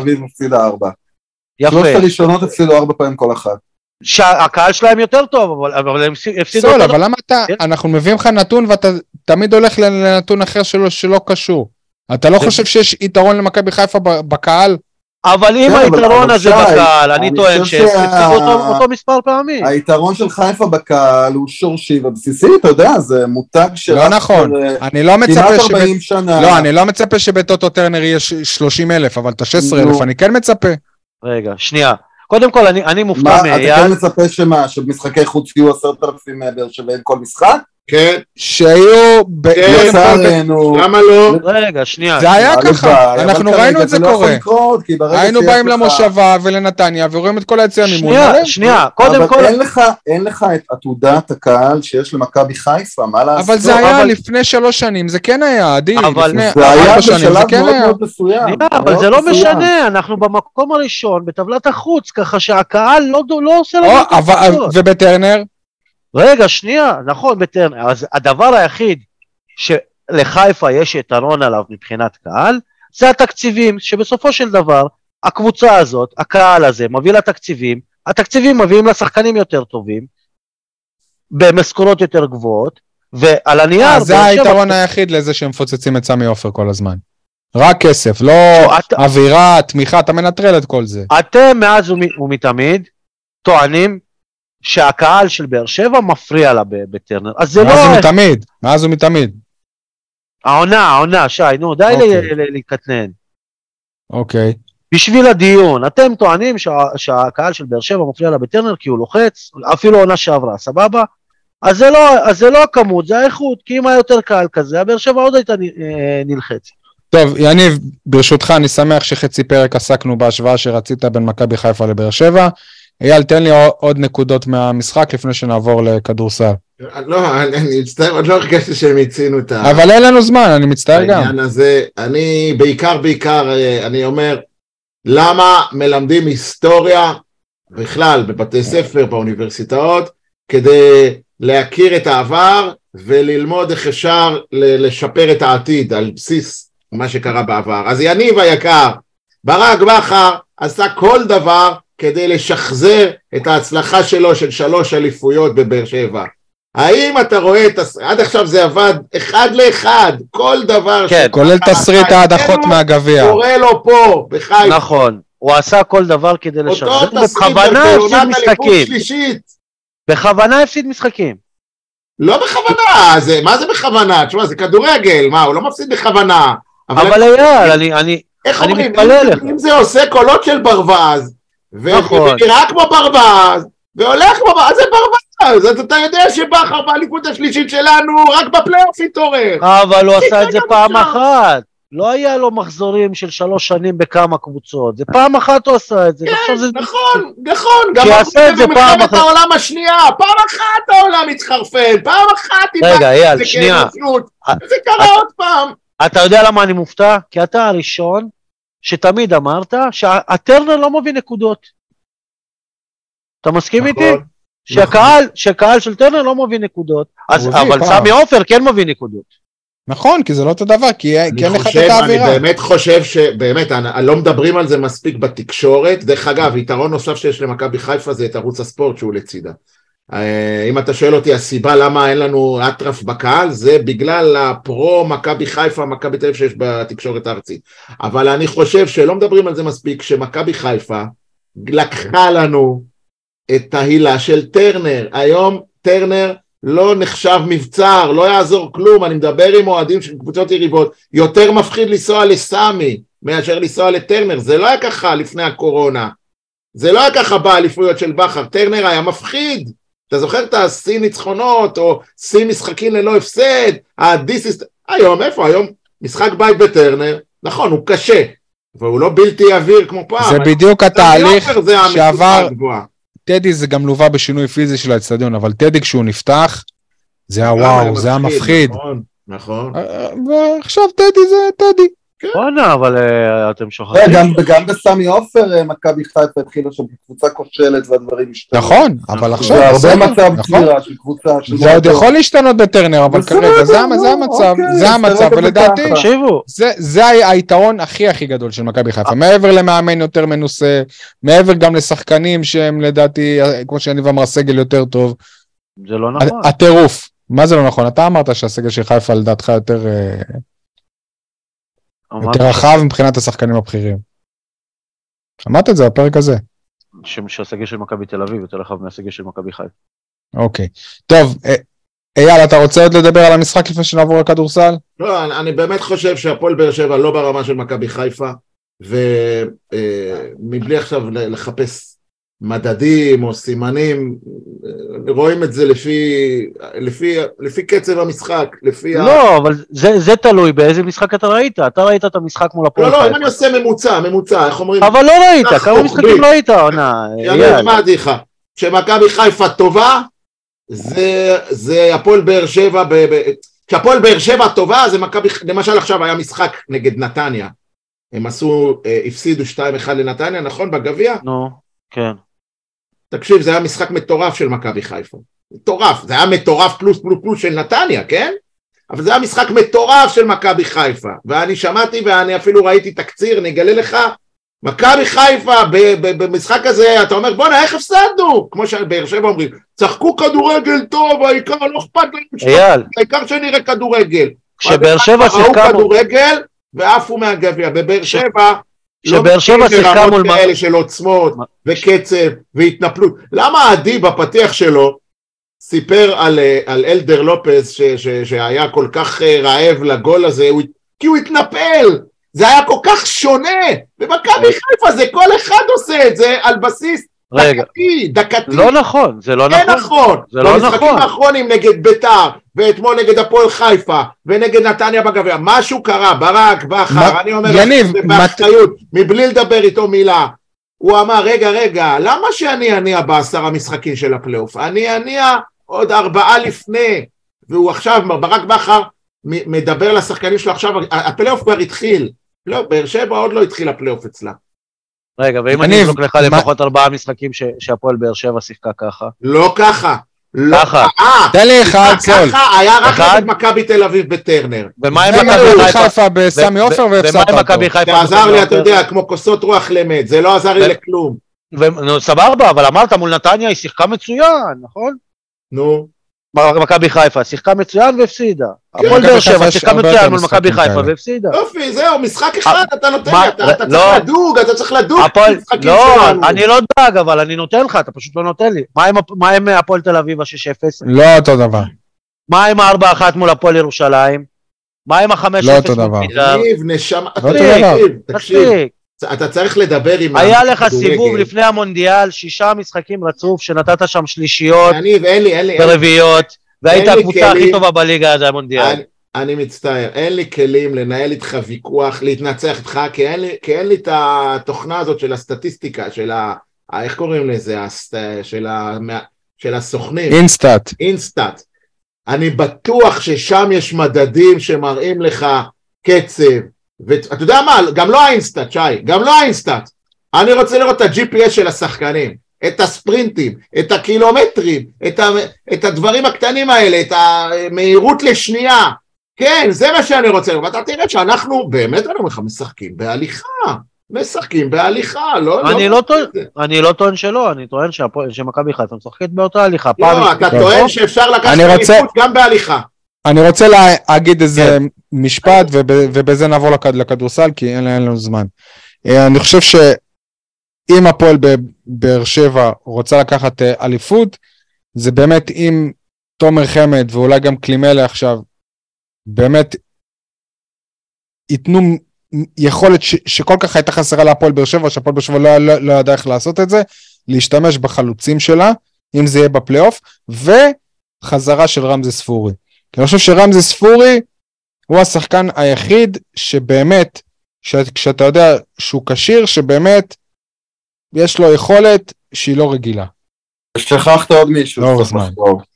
שלושת הראשונות הפסידו ארבע פעמים כל אחת. שהקהל שלהם יותר טוב, אבל הם הפסידו... סול, אבל למה אתה, אנחנו מביאים לך נתון ואתה תמיד הולך לנתון אחר שלא קשור. אתה לא חושב שיש יתרון למכבי חיפה בקהל? אבל אם היתרון הזה בקהל, אני טוען שהפסידו אותו מספר פעמים. היתרון של חיפה בקהל הוא שורשי ובסיסי, אתה יודע, זה מותג של... לא נכון, אני לא מצפה ש... לא, אני לא מצפה שבטוטו טרנר יהיה שלושים אלף, אבל את ה-שש עשרה אלף אני כן מצפה. רגע, שנייה. קודם כל, אני מופתע מאייל. אתה כן מצפה שמה, שבמשחקי חוץ יהיו עשרת אלפים באר שבע כל משחק? כן. שיהיו... למה לא? רגע, שנייה. זה היה ככה, אנחנו ראינו את זה קורה. היינו באים למושבה ולנתניה, ורואים את כל היציאה ממול. שנייה, שנייה, קודם כל... אין לך את עתודת הקהל שיש למכבי חיפה, מה לעשות? אבל זה היה לפני שלוש שנים, זה כן היה, עדי. זה היה בשלב מאוד מאוד מסוים. אבל זה לא משנה, אנחנו במקום הראשון, בטבלת החוץ, ככה שהקהל לא עושה לנו... ובטרנר? רגע, שנייה, נכון, בטרנר, אז הדבר היחיד שלחיפה יש יתרון עליו מבחינת קהל, זה התקציבים, שבסופו של דבר, הקבוצה הזאת, הקהל הזה, מביא לה תקציבים, התקציבים מביאים לה שחקנים יותר טובים, במשכורות יותר גבוהות, ועל הנייר... זה היתרון היחיד לזה שהם מפוצצים את סמי עופר כל הזמן. רק כסף, לא אווירה, תמיכה, אתה מנטרל את כל זה. אתם מאז ומתמיד טוענים, שהקהל של באר שבע מפריע לה בטרנר. אז זה לא... מאז הוא מתמיד, מאז הוא מתמיד. העונה, העונה, שי, נו, די להתקטנן. אוקיי. בשביל הדיון, אתם טוענים שהקהל של באר שבע מפריע לה בטרנר, כי הוא לוחץ, אפילו עונה שעברה, סבבה? אז זה לא הכמות, זה האיכות, כי אם היה יותר קהל כזה, הבאר שבע עוד הייתה נלחץ. טוב, יניב, ברשותך, אני שמח שחצי פרק עסקנו בהשוואה שרצית בין מכבי חיפה לבאר שבע. אייל, תן לי עוד נקודות מהמשחק לפני שנעבור לכדורסל. לא, אני מצטער, עוד לא הרגשתי שהם הצינו את ה... אבל אין לנו זמן, אני מצטער גם. העניין הזה, אני בעיקר, בעיקר, אני אומר, למה מלמדים היסטוריה, בכלל, בבתי ספר, באוניברסיטאות, כדי להכיר את העבר, וללמוד איך אפשר לשפר את העתיד, על בסיס מה שקרה בעבר. אז יניב היקר, ברק בכר עשה כל דבר, כדי לשחזר את ההצלחה שלו של שלוש אליפויות בבאר שבע. האם אתה רואה, את... עד עכשיו זה עבד אחד לאחד, כל דבר... כן, כולל תסריט ההדחות מהגביע. קורא לו פה, בחיפה. נכון, הוא עשה כל דבר כדי לשחזר, בכוונה הפסיד משחקים. בכוונה הפסיד משחקים. לא בכוונה, זה, מה זה בכוונה? תשמע, זה כדורגל, מה, הוא לא מפסיד בכוונה. אבל אייל, אני, אני, אני מתפלא לך. אם זה עושה קולות של ברווז, ונראה כמו ברווז, והולך כמו ברווז, זה ברווז, אז אתה יודע שבחר באליפות השלישית שלנו רק בפלייאוף התעורר. אבל הוא עשה את זה פעם אחת. לא היה לו מחזורים של שלוש שנים בכמה קבוצות, זה פעם אחת הוא עשה את זה. כן, זה... נכון, נכון, גם שיעשה את זה פעם אחת. העולם השנייה, פעם אחת העולם התחרפן, פעם אחת... רגע, אייל, שנייה. זה קרה עוד פעם. אתה יודע למה אני מופתע? כי אתה הראשון שתמיד אמרת שהטרנר לא מביא נקודות. אתה מסכים איתי? שהקהל, שהקהל של טרנר לא מביא נקודות, אבל סמי עופר כן מביא נקודות. נכון, כי זה לא אותו דבר, כי אין לך את האווירה. אני באמת חושב שבאמת, לא מדברים על זה מספיק בתקשורת. דרך אגב, יתרון נוסף שיש למכבי חיפה זה את ערוץ הספורט שהוא לצידה. אם אתה שואל אותי, הסיבה למה אין לנו אטרף בקהל, זה בגלל הפרו מכבי חיפה, מכבי תל אביב שיש בתקשורת הארצית. אבל אני חושב שלא מדברים על זה מספיק, שמכבי חיפה לקחה לנו את ההילה של טרנר. היום טרנר לא נחשב מבצר, לא יעזור כלום, אני מדבר עם אוהדים של קבוצות יריבות, יותר מפחיד לנסוע לסמי, מאשר לנסוע לטרנר, זה לא היה ככה לפני הקורונה, זה לא היה ככה באליפויות של בכר, טרנר היה מפחיד, אתה זוכר את השיא ניצחונות, או שיא משחקים ללא הפסד, הדיסיסט, היום איפה, היום משחק בית בטרנר, נכון, הוא קשה, אבל הוא לא בלתי אוויר כמו פעם. זה בדיוק התהליך שעבר, טדי זה גם לובה בשינוי פיזי של האצטדיון, אבל טדי כשהוא נפתח, זה היה וואו, זה היה מפחיד. נכון, נכון. ועכשיו טדי זה טדי. בוא'נה, אבל אתם שוכחים. גם בסמי עופר, מכבי חיפה התחילה שם קבוצה כושלת והדברים השתנו. נכון, אבל עכשיו... זה הרבה מצב בחירה של קבוצה. זה עוד יכול להשתנות בטרנר, אבל כרגע זה המצב, זה המצב, ולדעתי, זה היתרון הכי הכי גדול של מכבי חיפה. מעבר למאמן יותר מנוסה, מעבר גם לשחקנים שהם לדעתי, כמו שאני ואמר, סגל יותר טוב. זה לא נכון. הטירוף. מה זה לא נכון? אתה אמרת שהסגל של חיפה לדעתך יותר... יותר רחב מבחינת השחקנים הבכירים. שמעת את זה בפרק הזה? שהסגל של מכבי תל אביב יותר רחב מהסגל של מכבי חיפה. אוקיי. טוב, אייל, אתה רוצה עוד לדבר על המשחק לפני שנעבור לכדורסל? לא, אני באמת חושב שהפועל באר שבע לא ברמה של מכבי חיפה, ומבלי עכשיו לחפש מדדים או סימנים, רואים את זה לפי, לפי, לפי קצב המשחק, לפי... לא, ה... אבל זה, זה תלוי באיזה משחק אתה ראית, אתה ראית את המשחק מול הפועל חיפה. לא, לא, אם אני עושה ממוצע, ממוצע, איך אומרים? אבל לא ראית, כמה משחקים לא ראית, עונה. אני אמרתי לך, שמכבי חיפה טובה, זה, זה הפועל באר שבע, ב, ב, כשהפועל באר שבע טובה, זה מכבי, למשל עכשיו היה משחק נגד נתניה, הם עשו, הפסידו שתיים אחד לנתניה, נכון, בגביע? נו, כן. תקשיב, זה היה משחק מטורף של מכבי חיפה. מטורף, זה היה מטורף פלוס פלוס פלוס של נתניה, כן? אבל זה היה משחק מטורף של מכבי חיפה. ואני שמעתי ואני אפילו ראיתי תקציר, אני אגלה לך, מכבי חיפה במשחק הזה, אתה אומר, בוא נה, איך הפסדנו? כמו שבאר שבע אומרים, צחקו כדורגל טוב, העיקר לא אכפת להם, העיקר שנראה כדורגל. כשבאר שבע שיחקה... ראו כדורגל ועפו מהגביע. בבאר שבע... שבאר שבע שיחקה מול כאלה של עוצמות וקצב והתנפלות. למה עדי בפתיח שלו סיפר על, על אלדר לופז ש, ש, שהיה כל כך רעב לגול הזה, הוא, כי הוא התנפל, זה היה כל כך שונה, במכבי חיפה זה כל אחד עושה את זה על בסיס דקתי, דקתי. לא נכון, זה לא נכון. נכון, זה לא נכון. במשחקים האחרונים נגד ביתר, ואתמול נגד הפועל חיפה, ונגד נתניה בגביע, משהו קרה, ברק, בכר, אני אומר יניב, זה באחריות, מבלי לדבר איתו מילה, הוא אמר, רגע, רגע, למה שאני אניע בעשר המשחקים של הפלייאוף? אני אניע עוד ארבעה לפני, והוא עכשיו, ברק בכר, מדבר לשחקנים שלו עכשיו, הפלייאוף כבר התחיל, לא, באר שבע עוד לא התחיל הפלייאוף אצלה. רגע, ואם אני אבלוק לך לפחות ארבעה משחקים שהפועל באר שבע שיחקה ככה? לא ככה. ככה. תן לי אחד סול. ככה היה רק נגד מכבי תל אביב בטרנר. ומה עם מכבי חיפה בסמי עופר והפסדת אותו? זה עזר לי, אתה יודע, כמו כוסות רוח למת, זה לא עזר לי לכלום. סבבה, אבל אמרת מול נתניה היא שיחקה מצוין, נכון? נו. מכבי חיפה, שיחקה מצוין והפסידה. הפועל באר שבע, שיחקה מצוין מול מכבי חיפה והפסידה. יופי, זהו, משחק אחד אתה נותן לי, אתה צריך לדוג, אתה צריך לדוג. לא, אני לא דאג, אבל אני נותן לך, אתה פשוט לא נותן לי. מה עם הפועל תל אביב ה-שש אפס? לא אותו דבר. מה עם ה-ארבע אחת מול הפועל ירושלים? מה עם ה-חמש אפס? לא אותו דבר. תקשיב, נשמה, תקשיב, תקשיב, אתה צריך לדבר עם... היה לך סיבוב לפני המונדיאל, שישה משחקים רצוף, שנתת שם שלישיות, ברביעיות, והיית הקבוצה הכי טובה בליגה עד המונדיאל. אני מצטער, אין לי כלים לנהל איתך ויכוח, להתנצח איתך, כי אין לי, כי אין לי את התוכנה הזאת של הסטטיסטיקה, של ה... איך קוראים לזה? של ה... של הסוכנים. אינסטאט. אינסטאט. אני בטוח ששם יש מדדים שמראים לך קצב, ואתה יודע מה, גם לא האינסטאט, שי, גם לא האינסטאט. אני רוצה לראות את ה-ג'י פי אס של השחקנים, את הספרינטים, את הקילומטרים, את, ה... את הדברים הקטנים האלה, את המהירות לשנייה. כן, זה מה שאני רוצה לראות. ואתה תראה שאנחנו באמת, אני אומר לך, משחקים בהליכה. משחקים בהליכה, לא... אני לא טוען, אני לא טוען שלא, אני טוען שמכבי חיפה משחקת באותה הליכה. לא, אתה טוען שאפשר לקחת אליפות גם בהליכה. אני רוצה להגיד איזה משפט, ובזה נעבור לכדורסל, כי אין לנו זמן. אני חושב שאם הפועל בבאר שבע רוצה לקחת אליפות, זה באמת אם תומר חמד, ואולי גם קלימלה עכשיו, באמת ייתנו יכולת ש, שכל כך הייתה חסרה להפועל באר שבע, שהפועל באר שבע לא, לא, לא ידע איך לעשות את זה, להשתמש בחלוצים שלה, אם זה יהיה בפלייאוף, וחזרה של רמזי ספורי. כי אני חושב שרמזי ספורי הוא השחקן היחיד שבאמת, כשאתה יודע שהוא קשיר, שבאמת יש לו יכולת שהיא לא רגילה. שכחת עוד מישהו. לא זמן.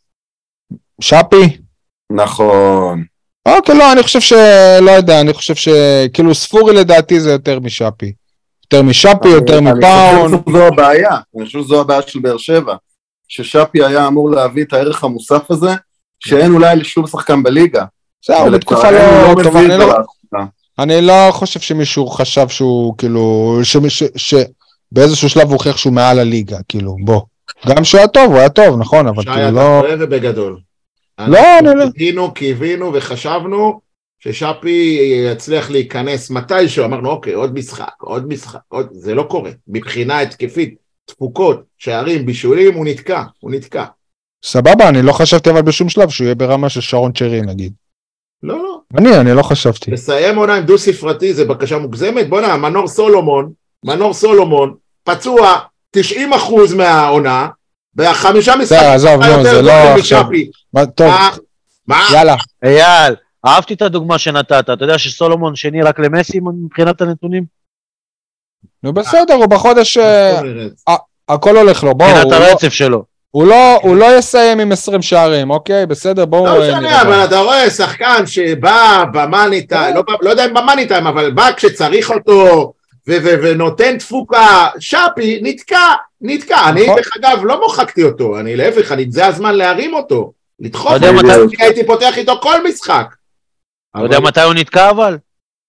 שפי? נכון. אוקיי, לא, אני חושב שלא יודע, אני חושב שכאילו ספורי לדעתי זה יותר משפי. יותר משפי, יותר מפאון. אני חושב שזו הבעיה, אני חושב שזו הבעיה של באר שבע, ששפי היה אמור להביא את הערך המוסף הזה, שאין אולי לשום שחקן בליגה. זהו, בתקופה לא טובה, אני לא חושב שמישהו חשב שהוא כאילו, שבאיזשהו שלב הוא הוכיח שהוא מעל הליגה, כאילו, בוא. גם שהוא היה טוב, הוא היה טוב, נכון, אבל כאילו לא... שי, אתה טועה ובגדול. לא, אני לא... קיווינו, קיווינו וחשבנו ששפי יצליח להיכנס מתישהו, אמרנו אוקיי, עוד משחק, עוד משחק, עוד... זה לא קורה. מבחינה התקפית, תפוקות, שערים, בישולים, הוא נתקע, הוא נתקע. סבבה, אני לא חשבתי אבל בשום שלב שהוא יהיה ברמה של שרון צ'רי נגיד. לא, לא. אני, אני לא חשבתי. לסיים עונה עם דו ספרתי זה בקשה מוגזמת, בוא נע, מנור סולומון, מנור סולומון, פצוע תשעים אחוז מהעונה, בחמישה משחקים. זה, עזוב, נו, זה לא עכשיו. טוב, יאללה. אייל, אהבתי את הדוגמה שנתת, אתה יודע שסולומון שני רק למסי מבחינת הנתונים? נו בסדר, הוא בחודש, הכל הולך לו, בואו. מבחינת הרצף שלו. הוא לא, הוא לא יסיים עם עשרים שערים, אוקיי? בסדר, בואו... לא משנה, אבל אתה רואה שחקן שבא במאני טיים, לא יודע אם במאני טיים, אבל בא כשצריך אותו, ונותן תפוקה, שפי, נתקע, נתקע. אני, דרך אגב, לא מוחקתי אותו, אני להפך, זה הזמן להרים אותו, לדחוף אותו, הייתי פותח איתו כל משחק. אתה יודע מתי הוא נתקע, אבל?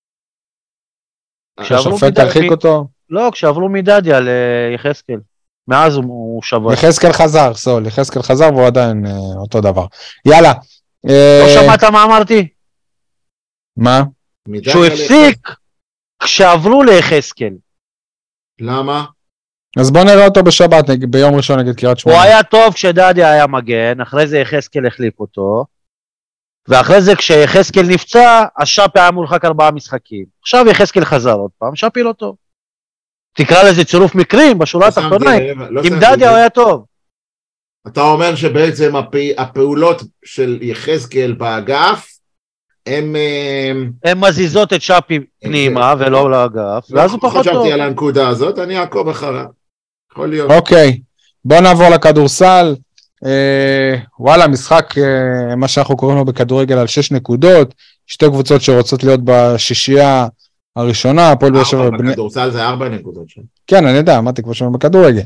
השופט תרחיק אותו? לא, כשעברו מדדיה ליחזקאל. מאז הוא שווה. יחזקאל חזר, סול, יחזקאל חזר והוא עדיין אותו דבר. יאללה. לא שמעת מה אמרתי? מה? שהוא הפסיק כשעברו ליחזקאל. למה? אז בוא נראה אותו בשבת, ביום ראשון נגיד קריית שמונה. הוא היה טוב כשדדיה היה מגן, אחרי זה יחזקאל החליף אותו, ואחרי זה כשיחזקאל נפצע, אז שפי היה מולחק ארבעה משחקים. עכשיו יחזקאל חזר עוד פעם, שפי לא טוב. תקרא לזה צירוף מקרים, בשורה התחתונה, עם דדיה הוא היה טוב. אתה אומר שבעצם הפעולות של יחזקאל באגף, הם... הם מזיזות את שפי פנימה ולא לאגף, ואז הוא פחות טוב. חשבתי על הנקודה הזאת, אני אעקוב אחריה. יכול להיות. אוקיי, בוא נעבור לכדורסל. וואלה, משחק, מה שאנחנו קוראים לו בכדורגל על שש נקודות, שתי קבוצות שרוצות להיות בשישייה הראשונה, הפועל באר שבע... בכדורסל זה ארבע נקודות שם. כן, אני יודע, אמרתי כבר שם בכדורגל.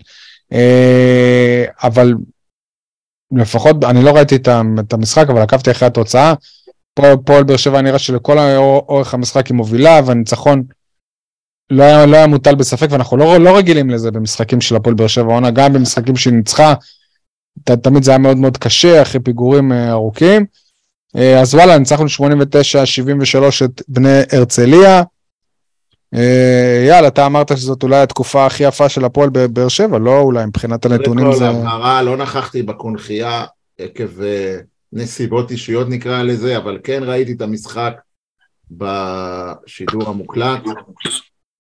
אבל לפחות, אני לא ראיתי את המשחק, אבל עקבתי אחרי התוצאה. הפועל באר שבע נראה שלכל אורך המשחק היא מובילה, והניצחון לא היה, לא היה מוטל בספק, ואנחנו לא, לא רגילים לזה במשחקים של הפועל באר שבע עונה, גם במשחקים שהיא ניצחה, תמיד זה היה מאוד מאוד קשה, אחרי פיגורים ארוכים. אז וואלה, ניצחנו שמונים ותשע שבעים ושלוש את בני הרצליה. יאללה, אתה אמרת שזאת אולי התקופה הכי יפה של הפועל בבאר שבע, לא אולי מבחינת הנתונים זה... לא נכחתי בקונחייה עקב נסיבות אישיות נקרא לזה, אבל כן ראיתי את המשחק בשידור המוקלט,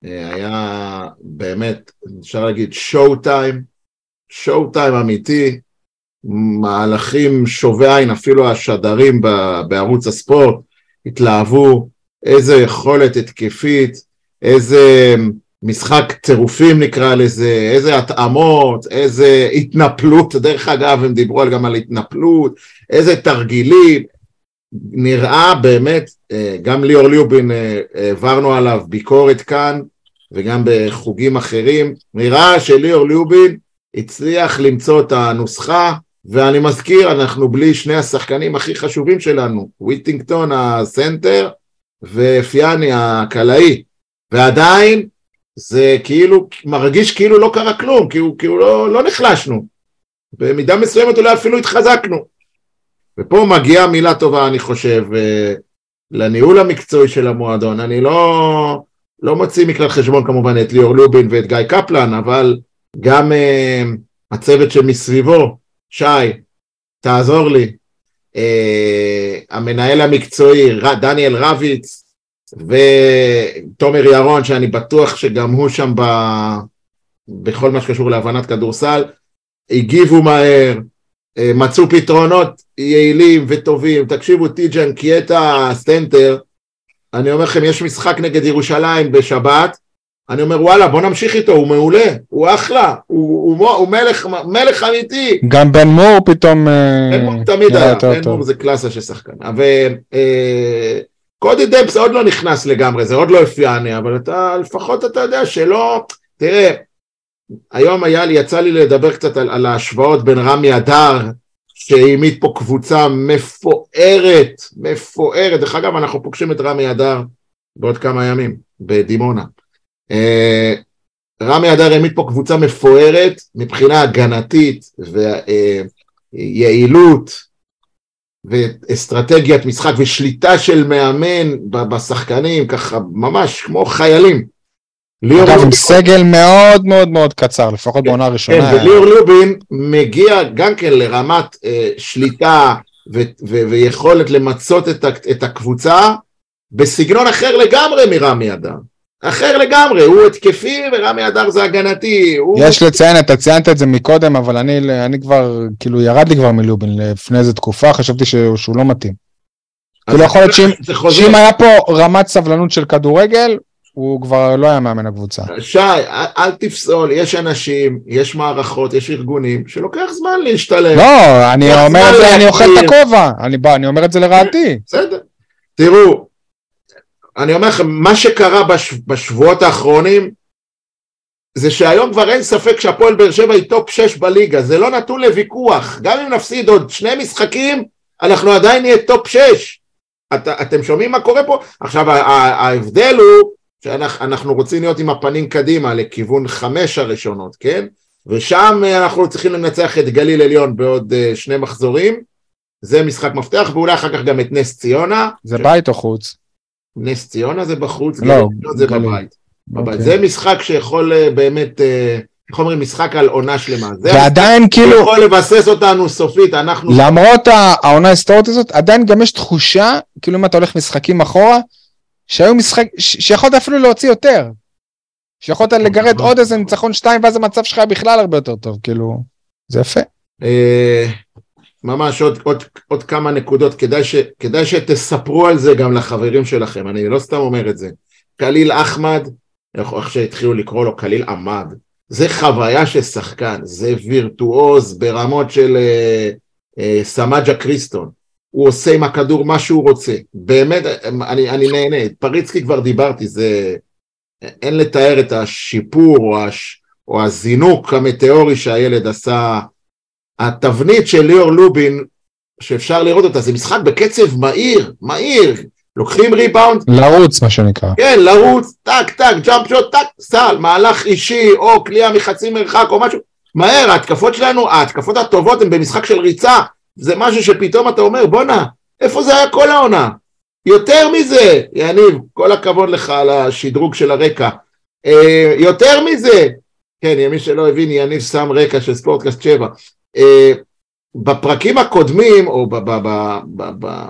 היה באמת, אפשר להגיד, שואו טיים, שואו טיים אמיתי, מהלכים שובי עין, אפילו השדרים בערוץ הספורט, התלהבו, איזה יכולת התקפית, איזה משחק צירופים נקרא לזה, איזה התאמות, איזה התנפלות, דרך אגב הם דיברו גם על התנפלות, איזה תרגילים, נראה באמת, גם ליאור ליובין העברנו עליו ביקורת כאן, וגם בחוגים אחרים, נראה שליאור ליובין הצליח למצוא את הנוסחה, ואני מזכיר, אנחנו בלי שני השחקנים הכי חשובים שלנו, וויטינגטון הסנטר, ופיאני הקלעי, ועדיין זה כאילו, מרגיש כאילו לא קרה כלום, כאילו, כאילו לא, לא נחלשנו, במידה מסוימת אולי אפילו התחזקנו, ופה מגיעה מילה טובה אני חושב, לניהול המקצועי של המועדון, אני לא, לא מוציא מכלל חשבון כמובן את ליאור לובין ואת גיא קפלן, אבל גם uh, הצוות שמסביבו, שי, תעזור לי, uh, המנהל המקצועי, ר, דניאל רביץ, ותומר ירון, שאני בטוח שגם הוא שם ב, בכל מה שקשור להבנת כדורסל, הגיבו מהר, uh, מצאו פתרונות יעילים וטובים, תקשיבו, טיג'ן קייטה סטנטר, אני אומר לכם, יש משחק נגד ירושלים בשבת, אני אומר, וואלה, בוא נמשיך איתו, הוא מעולה, הוא אחלה, הוא, הוא, הוא מלך, מלך אמיתי. גם בן מור פתאום... בן מור תמיד היה, בן מור זה קלאסה של שחקן. וקודי דפס עוד לא נכנס לגמרי, זה עוד לא אופייני, אבל אתה, לפחות אתה יודע שלא... תראה, היום היה לי, יצא לי לדבר קצת על, על ההשוואות בין רמי אדר, שהעמיד פה קבוצה מפוארת, מפוארת. דרך אגב, אנחנו פוגשים את רמי אדר בעוד כמה ימים, בדימונה. רמי אדר העמיד פה קבוצה מפוארת, מבחינה הגנתית ויעילות ואסטרטגיית משחק ושליטה של מאמן בשחקנים, ככה ממש כמו חיילים. אגב, עם סגל מאוד מאוד מאוד קצר, לפחות בעונה הראשונה. כן, וליאור לובין מגיע גם כן לרמת שליטה ויכולת למצות את הקבוצה, בסגנון אחר לגמרי מרמי אדר. אחר לגמרי, הוא התקפי ורמי אדר זה הגנתי. יש לציין, אתה ציינת את זה מקודם, אבל אני, אני כבר, כאילו ירד לי כבר מלובין לפני איזו תקופה, חשבתי שהוא, שהוא לא מתאים. כאילו יכול להיות שאם היה פה רמת סבלנות של כדורגל, הוא כבר לא היה מאמן הקבוצה. שי, אל תפסול, יש אנשים, יש מערכות, יש ארגונים, שלוקח זמן להשתלם. לא, אני אומר את זה, אני אוכל את הכובע, אני בא, אני אומר את זה לרעתי. בסדר, תראו, אני אומר לכם, מה שקרה בש, בשבועות האחרונים, זה שהיום כבר אין ספק שהפועל באר שבע היא טופ שש בליגה, זה לא נתון לוויכוח, גם אם נפסיד עוד שני משחקים, אנחנו עדיין נהיה טופ שש. את, אתם שומעים מה קורה פה? עכשיו, ההבדל הוא, שאנחנו רוצים להיות עם הפנים קדימה, לכיוון חמש הראשונות, כן? ושם אנחנו צריכים לנצח את גליל עליון בעוד שני מחזורים, זה משחק מפתח, ואולי אחר כך גם את נס ציונה. זה בית או חוץ? נס ציונה זה בחוץ, לא, זה בבית. בבית. זה משחק שיכול באמת, איך אומרים, משחק על עונה שלמה. ועדיין כאילו... יכול לבסס אותנו סופית, אנחנו... למרות העונה ההיסטורית הזאת, עדיין גם יש תחושה, כאילו אם אתה הולך משחקים אחורה, שהיו משחק, שיכולת אפילו להוציא יותר. שיכולת לגרד עוד איזה ניצחון שתיים, ואז המצב שלך בכלל הרבה יותר טוב, כאילו, זה יפה. ממש עוד, עוד, עוד כמה נקודות, כדאי, ש, כדאי שתספרו על זה גם לחברים שלכם, אני לא סתם אומר את זה. קליל אחמד, איך שהתחילו לקרוא לו קליל עמד, זה חוויה של שחקן, זה וירטואוז ברמות של אה, אה, סמאג'ה קריסטון, הוא עושה עם הכדור מה שהוא רוצה, באמת, אני, אני נהנה, פריצקי כבר דיברתי, זה, אין לתאר את השיפור או, הש, או הזינוק המטאורי שהילד עשה, התבנית של ליאור לובין, שאפשר לראות אותה, זה משחק בקצב מהיר, מהיר, לוקחים ריבאונד. לרוץ מה שנקרא. כן, לרוץ, טק, טק, ג'אמפ שוט, טק, סל, מהלך אישי, או קליעה מחצי מרחק, או משהו. מהר, ההתקפות שלנו, ההתקפות הטובות הן במשחק של ריצה, זה משהו שפתאום אתה אומר, בונה, איפה זה היה כל העונה? יותר מזה, יניב, כל הכבוד לך על השדרוג של הרקע. אה, יותר מזה, כן, מי שלא הבין, יניב שם רקע של ספורטקאסט שבע. Uh, בפרקים הקודמים, או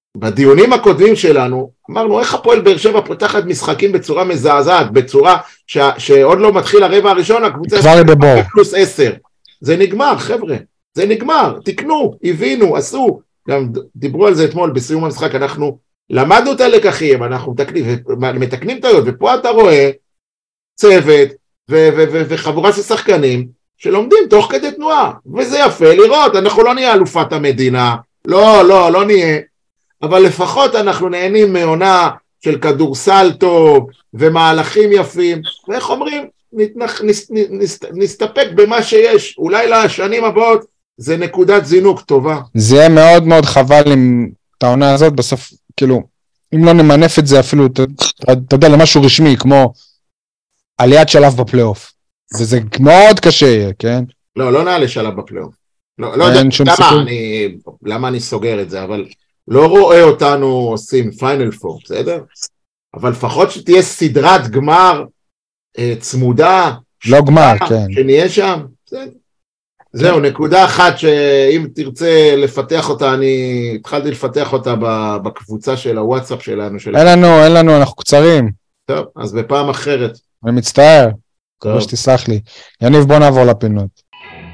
בדיונים הקודמים שלנו, אמרנו איך הפועל באר שבע פותחת משחקים בצורה מזעזעת, בצורה ש... שעוד לא מתחיל הרבע הראשון, הקבוצה כבר בבור. פלוס עשר. זה נגמר, חבר'ה, זה נגמר, תקנו, הבינו, עשו, גם דיברו על זה אתמול בסיום המשחק, אנחנו למדנו את הלקחים, אנחנו מתקנים, מתקנים טעויות, ופה אתה רואה צוות ו- ו- ו- וחבורה של שחקנים שלומדים תוך כדי תנועה, וזה יפה לראות, אנחנו לא נהיה אלופת המדינה, לא, לא, לא נהיה, אבל לפחות אנחנו נהנים מעונה של כדורסל טוב ומהלכים יפים, ואיך אומרים, נתנח, נס, נס, נסתפק במה שיש, אולי לשנים הבאות זה נקודת זינוק טובה. זה יהיה מאוד מאוד חבל אם את העונה הזאת בסוף, כאילו, אם לא נמנף את זה אפילו, אתה, אתה יודע, למשהו רשמי, כמו עליית שלב בפלייאוף, וזה מאוד קשה יהיה, כן? לא, לא נעלה שלב בפלייאוף. לא, לא יודע, למה אני, למה אני סוגר את זה, אבל לא רואה אותנו עושים פיינל פור, בסדר? אבל לפחות שתהיה סדרת גמר אה, צמודה, לא גמר, כן. שנהיה שם, בסדר. זהו, נקודה אחת שאם תרצה לפתח אותה, אני התחלתי לפתח אותה בקבוצה של הוואטסאפ שלנו. אין לנו, אין לנו, אנחנו קצרים. טוב, אז בפעם אחרת. אני מצטער, כמו שתסלח לי. יניב, בוא נעבור לפינות.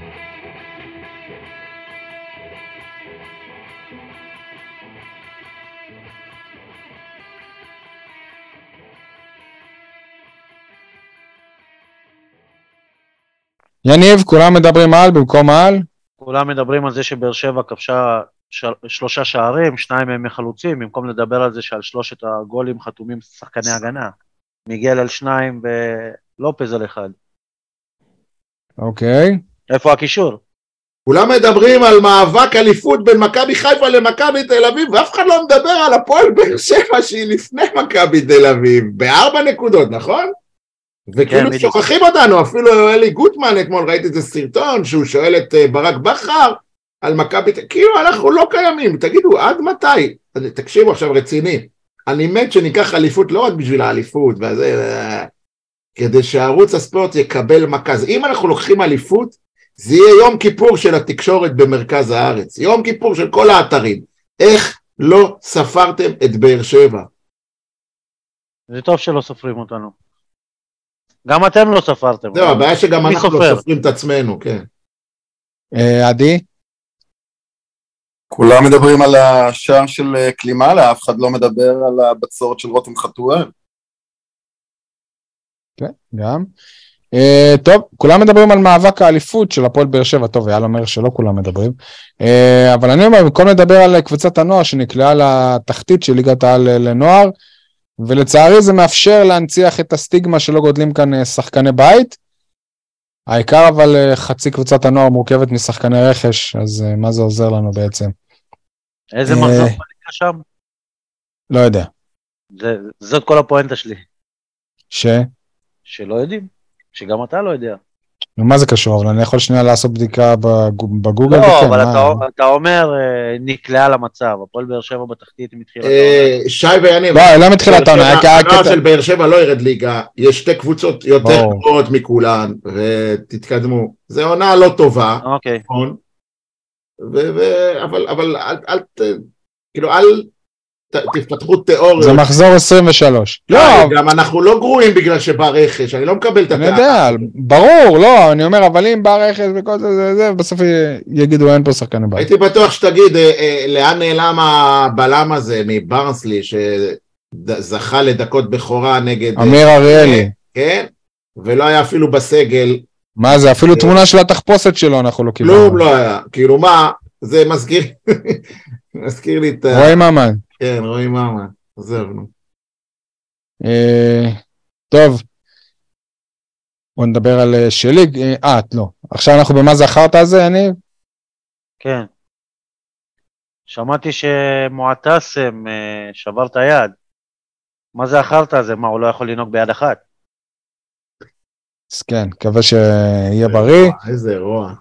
יניב, כולם מדברים על במקום על? כולם מדברים על זה שבאר שבע כבשה של... שלושה שערים, שניים מהם מחלוצים, במקום לדבר על זה שעל שלושת הגולים חתומים שחקני הגנה. מיגל על שניים ולופז על אחד. אוקיי. איפה הקישור? כולם מדברים על מאבק אליפות בין מכבי חיפה למכבי תל אביב, ואף אחד לא מדבר על הפועל באר שבע שהיא לפני מכבי תל אביב, בארבע נקודות, נכון? וכאילו כן, שוכחים בדיוק. אותנו, אפילו אלי גוטמן, אתמול ראיתי איזה סרטון, שהוא שואל את ברק בכר, על מכבי, כאילו אנחנו לא קיימים, תגידו, עד מתי? תקשיבו עכשיו רציני, אני מת שניקח אליפות, לא רק בשביל האליפות, וזה, כדי שערוץ הספורט יקבל מקז, אם אנחנו לוקחים אליפות, זה יהיה יום כיפור של התקשורת במרכז הארץ, יום כיפור של כל האתרים, איך לא ספרתם את באר שבע? זה טוב שלא סופרים אותנו. גם אתם לא ספרתם. זהו, הבעיה שגם אנחנו לא סופרים את עצמנו, כן. עדי? כולם מדברים על השער של קלימאלה, אף אחד לא מדבר על הבצורת של רותם חתואל. כן, גם. טוב, כולם מדברים על מאבק האליפות של הפועל באר שבע, טוב, יאללה אומר שלא כולם מדברים, אבל אני אומר, במקום לדבר על קבוצת הנוער שנקלעה לתחתית של ליגת העל לנוער, ולצערי זה מאפשר להנציח את הסטיגמה שלא גודלים כאן שחקני בית, העיקר אבל חצי קבוצת הנוער מורכבת משחקני רכש, אז מה זה עוזר לנו בעצם? איזה מחזור בליגה שם? לא יודע. זאת כל הפואנטה שלי. ש? שלא יודעים, שגם אתה לא יודע. מה זה קשור? אבל אני יכול שנייה לעשות בדיקה בגוגל. לא, אבל אתה אומר, נקלעה למצב, הפועל באר שבע בתחתית מתחילת העונה. שי ויניב. לא, לא מתחילת העונה. הנוער של באר שבע לא ירד ליגה, יש שתי קבוצות יותר גבוהות מכולן, ותתקדמו. זה עונה לא טובה. אוקיי. אבל אל, כאילו, אל תפתחו תיאוריות. זה מחזור עשרים ושלוש. לא, גם אנחנו לא גרועים בגלל שבא רכש, אני לא מקבל את אני יודע, ברור, לא, אני אומר, אבל אם בא רכש וכל זה, זה, בסוף יגידו, אין פה שחקני בית. הייתי בטוח שתגיד, לאן נעלם הבלם הזה מברנסלי, שזכה לדקות בכורה נגד... אמיר אריאלי. כן, ולא היה אפילו בסגל. מה זה, אפילו תמונה של התחפושת שלו, אנחנו לא קיבלנו. כלום לא היה, כאילו מה, זה מזכיר, מזכיר לי את... רועי ממן. כן, רועי ממן, עזבנו. טוב, בוא נדבר על שלי, אה, לא, עכשיו אנחנו במה זכרת על זה, יניב? כן. שמעתי שמועטסם שבר את היד. מה זה אחרת הזה? מה, הוא לא יכול לנהוג ביד אחת? אז כן, מקווה שיהיה בריא. איזה רוע.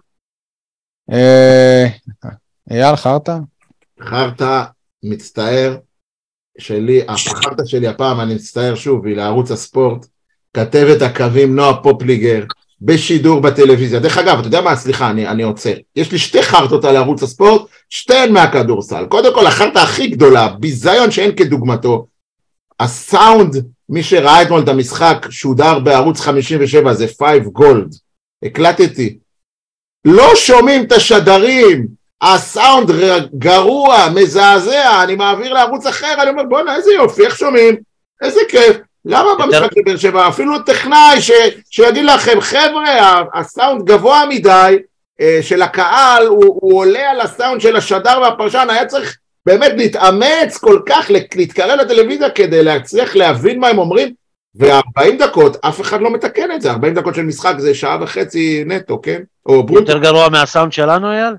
אייל, חרטה? חרטה, מצטער, שלי, החרטה שלי הפעם, אני מצטער שוב, היא לערוץ הספורט, כתבת הקווים נועה פופליגר, בשידור בטלוויזיה. דרך אגב, אתה יודע מה? סליחה, אני, אני עוצר. יש לי שתי חרטות על ערוץ הספורט, שתיהן מהכדורסל. קודם כל, החרטה הכי גדולה, ביזיון שאין כדוגמתו, הסאונד, מי שראה אתמול את המשחק, שודר בערוץ חמישים ושבע, זה פייב גולד. הקלטתי. לא שומעים את השדרים, הסאונד גרוע, מזעזע, אני מעביר לערוץ אחר, אני אומר, בוא'נה, איזה יופי, איך שומעים? איזה כיף. למה במשחק לבאר שבע? אפילו טכנאי ש, שיגיד לכם, חבר'ה, הסאונד גבוה מדי של הקהל, הוא, הוא עולה על הסאונד של השדר והפרשן, היה צריך באמת להתאמץ כל כך, להתקרב לטלוויזיה כדי להצליח להבין מה הם אומרים, ו-ארבעים דקות, אף אחד לא מתקן את זה, ארבעים דקות של משחק זה שעה וחצי נטו, כן? יותר גרוע מהסאונד שלנו, אייל?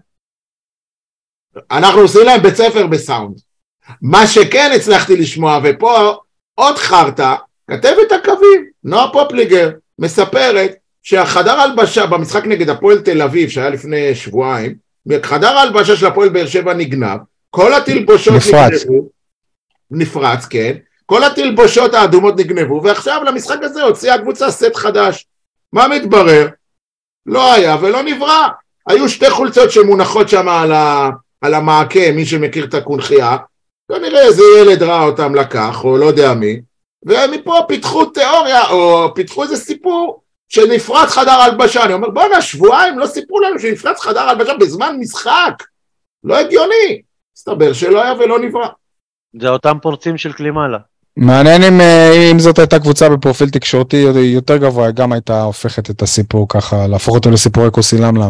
אנחנו עושים להם בית ספר בסאונד. מה שכן הצלחתי לשמוע, ופה עוד חרטה, כתבת הקווים, נועה פופליגר, מספרת שהחדר הלבשה במשחק נגד הפועל תל אביב, שהיה לפני שבועיים, חדר ההלבשה של הפועל באר שבע נגנב, כל התלבושות נגנבו, נפרץ, כן, כל התלבושות האדומות נגנבו, ועכשיו למשחק הזה הוציאה הקבוצה סט חדש. מה מתברר? לא היה ולא נברא. היו שתי חולצות שמונחות שם על, ה... על המעקה, מי שמכיר את הקונחייה, כנראה איזה ילד ראה אותם לקח, או לא יודע מי, ומפה פיתחו תיאוריה, או פיתחו איזה סיפור, שנפרץ חדר הלבשה. אני אומר, בוא'נה, שבועיים לא סיפרו לנו שנפרץ חדר הלבשה בזמן משחק. לא הגיוני. מסתבר שלא היה ולא נברא. זה אותם פורצים של קלימאלה. מעניין אם, אם זאת הייתה קבוצה בפרופיל תקשורתי יותר גבוה, גם הייתה הופכת את הסיפור ככה, להפוך אותו לסיפורי כוסי למלם.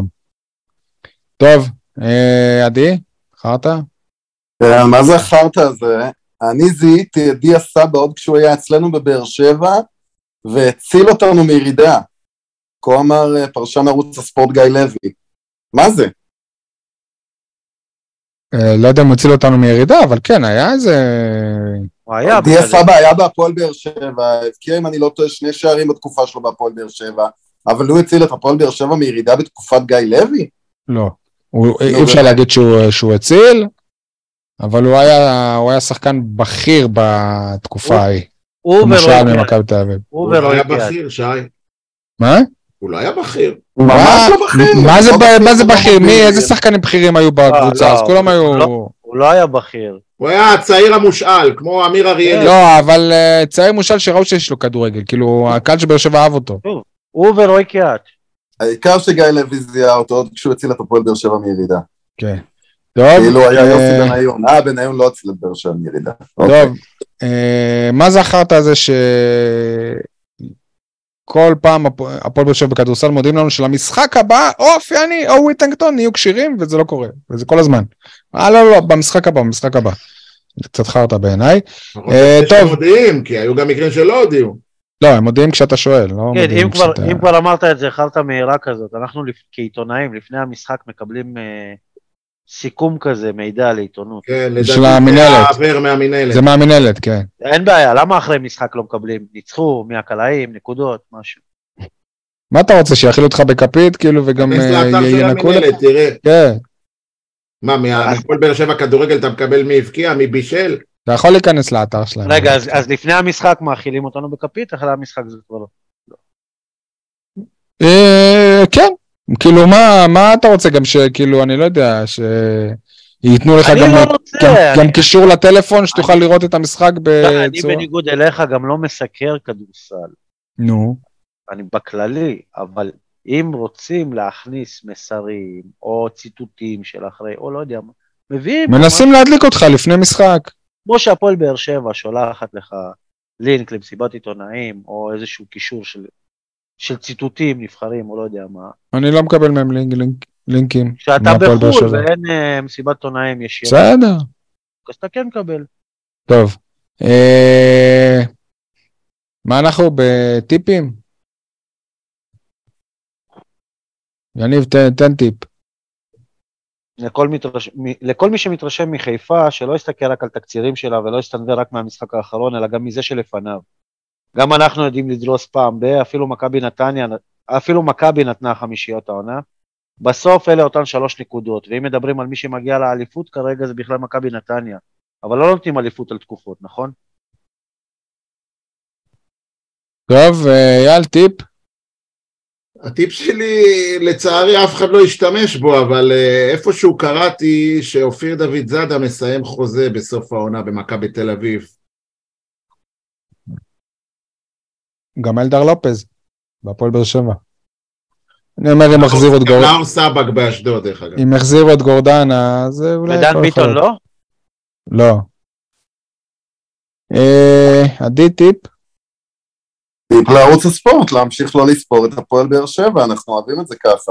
טוב, עדי, חרטה? מה זה החרטה הזה? אני זיהיתי את דיה סבא עוד כשהוא היה אצלנו בבאר שבע, והציל אותנו מירידה. כה אמר פרשן ערוץ הספורט גיא לוי. מה זה? לא יודע אם הציל אותנו מירידה, אבל כן, היה איזה... דיה סבא היה בהפועל באר שבע, הבקיע אם אני לא טועה שני שערים בתקופה שלו בהפועל באר שבע, אבל הוא הציל את הפועל באר שבע מירידה בתקופת גיא לוי? לא, אי אפשר להגיד שהוא הציל, אבל הוא היה שחקן בכיר בתקופה ההיא. הוא לא היה בכיר, שי. מה? הוא לא היה בכיר. מה זה בכיר? איזה שחקנים בכירים היו בקבוצה? אז כולם היו... הוא לא היה בכיר. הוא היה צעיר המושאל, כמו אמיר אריאלי. לא, אבל צעיר מושאל שראו שיש לו כדורגל, כאילו הקהל שבאר שבע אהב אותו. הוא ורוי קיאט. העיקר שגיא לוי זיהה אותו עוד כשהוא הציל את הפועל באר שבע מירידה. כן. כאילו היה יוסי בניון, אה בניון לא הציל את באר שבע מירידה. טוב, מה זכרת הזה שכל פעם הפועל באר שבע בכדורסל מודיעים לנו שלמשחק הבא, או פיאני או וויטינגטון יהיו קשירים, וזה לא קורה, וזה כל הזמן. אה לא לא, במשחק הבא, במשחק הבא. זה קצת חרטה בעיניי. טוב. מודיעים, כי היו גם מקרים שלא הודיעו. לא, הם מודיעים כשאתה שואל. כן, אם כבר אמרת את זה, חרטה מהירה כזאת, אנחנו כעיתונאים, לפני המשחק מקבלים סיכום כזה, מידע לעיתונות. כן, לדעתי זה מהמנהלת, כן. אין בעיה, למה אחרי משחק לא מקבלים? ניצחו, מהקלעים, נקודות, משהו. מה אתה רוצה, שיאכיל אותך בכפית, כאילו, וגם ינקו לך? תראה. כן. מה, מהפועל באר שבע כדורגל אתה מקבל מי הבקיע, מי בישל? אתה יכול להיכנס לאתר שלהם. רגע, אז לפני המשחק מאכילים אותנו בכפית, אחרי המשחק זה כבר לא. כן, כאילו מה אתה רוצה גם שכאילו, אני לא יודע, שייתנו לך גם קישור לטלפון, שתוכל לראות את המשחק בצורה. אני בניגוד אליך גם לא מסקר כדורסל. נו. אני בכללי, אבל אם רוצים להכניס מסרים, או ציטוטים של אחרי, או לא יודע מה, מביאים. מנסים להדליק אותך לפני משחק. כמו שהפועל באר שבע שולחת לך לינק למסיבת עיתונאים, או איזשהו קישור של, של ציטוטים נבחרים, או לא יודע מה. אני לא מקבל מהם לינק, לינק, לינקים. כשאתה בחול ואין uh, מסיבת עיתונאים ישיר. בסדר. אז אתה כן מקבל. טוב. אה... מה אנחנו בטיפים? יניב, תן, תן טיפ. לכל, מתרש... לכל מי שמתרשם מחיפה, שלא יסתכל רק על תקצירים שלה, ולא יסתנבר רק מהמשחק האחרון, אלא גם מזה שלפניו. גם אנחנו יודעים לדרוס פעם ב, אפילו מכבי נתניה, אפילו מכבי נתנה חמישיות העונה. בסוף אלה אותן שלוש נקודות, ואם מדברים על מי שמגיע לאליפות, כרגע זה בכלל מכבי נתניה. אבל לא נותנים אליפות על תקופות, נכון? טוב, יאל, טיפ. הטיפ שלי, לצערי אף אחד לא השתמש בו, אבל איפשהו קראתי שאופיר דוד זאדה מסיים חוזה בסוף העונה במכבי תל אביב. גם אלדר לופז, בהפועל באר שבע. אני אומר, אם מחזירו את גורדן... לאור סבק באשדוד, דרך אגב. אם מחזירו את גורדן, אז זה אולי... ודן ביטון לא? לא. עדי טיפ? טיפ לערוץ הספורט, להמשיך לא לספור את הפועל באר שבע, אנחנו אוהבים את זה ככה.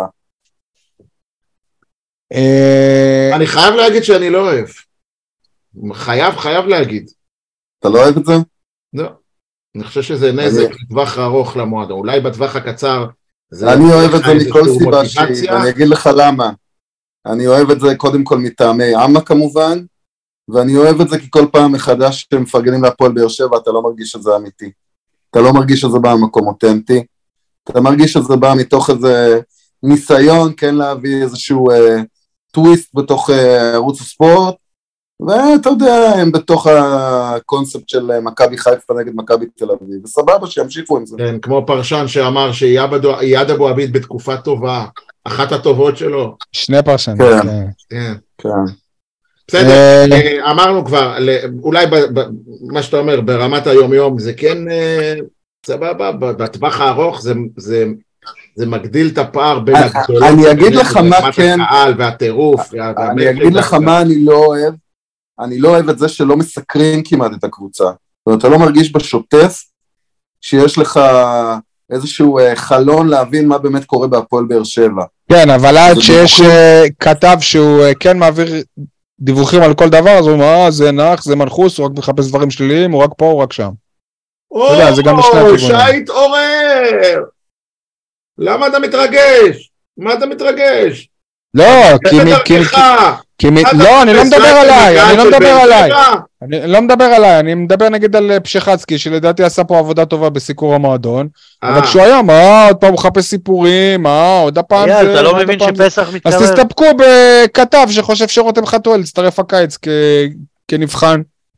אני חייב להגיד שאני לא אוהב. חייב, חייב להגיד. אתה לא אוהב את זה? לא. אני חושב שזה נזק לטווח ארוך למועדון. אולי בטווח הקצר... אני אוהב את זה מכל סיבה שהיא, ואני אגיד לך למה. אני אוהב את זה קודם כל מטעמי עמה כמובן, ואני אוהב את זה כי כל פעם מחדש שמפרגנים להפועל באר שבע, אתה לא מרגיש שזה אמיתי. אתה לא מרגיש שזה בא ממקום אותנטי, אתה מרגיש שזה בא מתוך איזה ניסיון, כן להביא איזשהו אה, טוויסט בתוך אה, ערוץ הספורט, ואתה יודע, הם בתוך הקונספט של מכבי חיפה נגד מכבי תל אביב, וסבבה שימשיכו עם זה. כן, כמו פרשן שאמר שאייד אבו עביד בתקופה טובה, אחת הטובות שלו. שני פרשנים. כן, כן. כן. בסדר, אמרנו כבר, אולי מה שאתה אומר, ברמת היום-יום, זה כן סבבה, בטווח הארוך זה מגדיל את הפער בין הגדולות. אני אגיד לך מה כן, הקהל והטירוף. אני אגיד לך מה אני לא אוהב, אני לא אוהב את זה שלא מסקרים כמעט את הקבוצה. ואתה לא מרגיש בשוטף שיש לך איזשהו חלון להבין מה באמת קורה בהפועל באר שבע. כן, אבל עד שיש כתב שהוא כן מעביר דיווחים על כל דבר, אז הוא אומר, אה, זה נח, זה מנחוס, הוא רק מחפש דברים שליליים, הוא רק פה, הוא רק שם. או, שי התעורר! למה אתה מתרגש? מה אתה מתרגש? לא, כי... לא, אני לא מדבר עליי, אני לא מדבר עליי. אני לא מדבר עליי, אני מדבר נגיד על פשחצקי, שלדעתי עשה פה עבודה טובה בסיקור המועדון, אבל כשהוא היה, מה, עוד פעם הוא חפש סיפורים, מה, עוד הפעם זה... אתה לא מבין שפסח מתקרב. אז תסתפקו בכתב שחושב שרותם חתואל, להצטרף הקיץ כנבחן.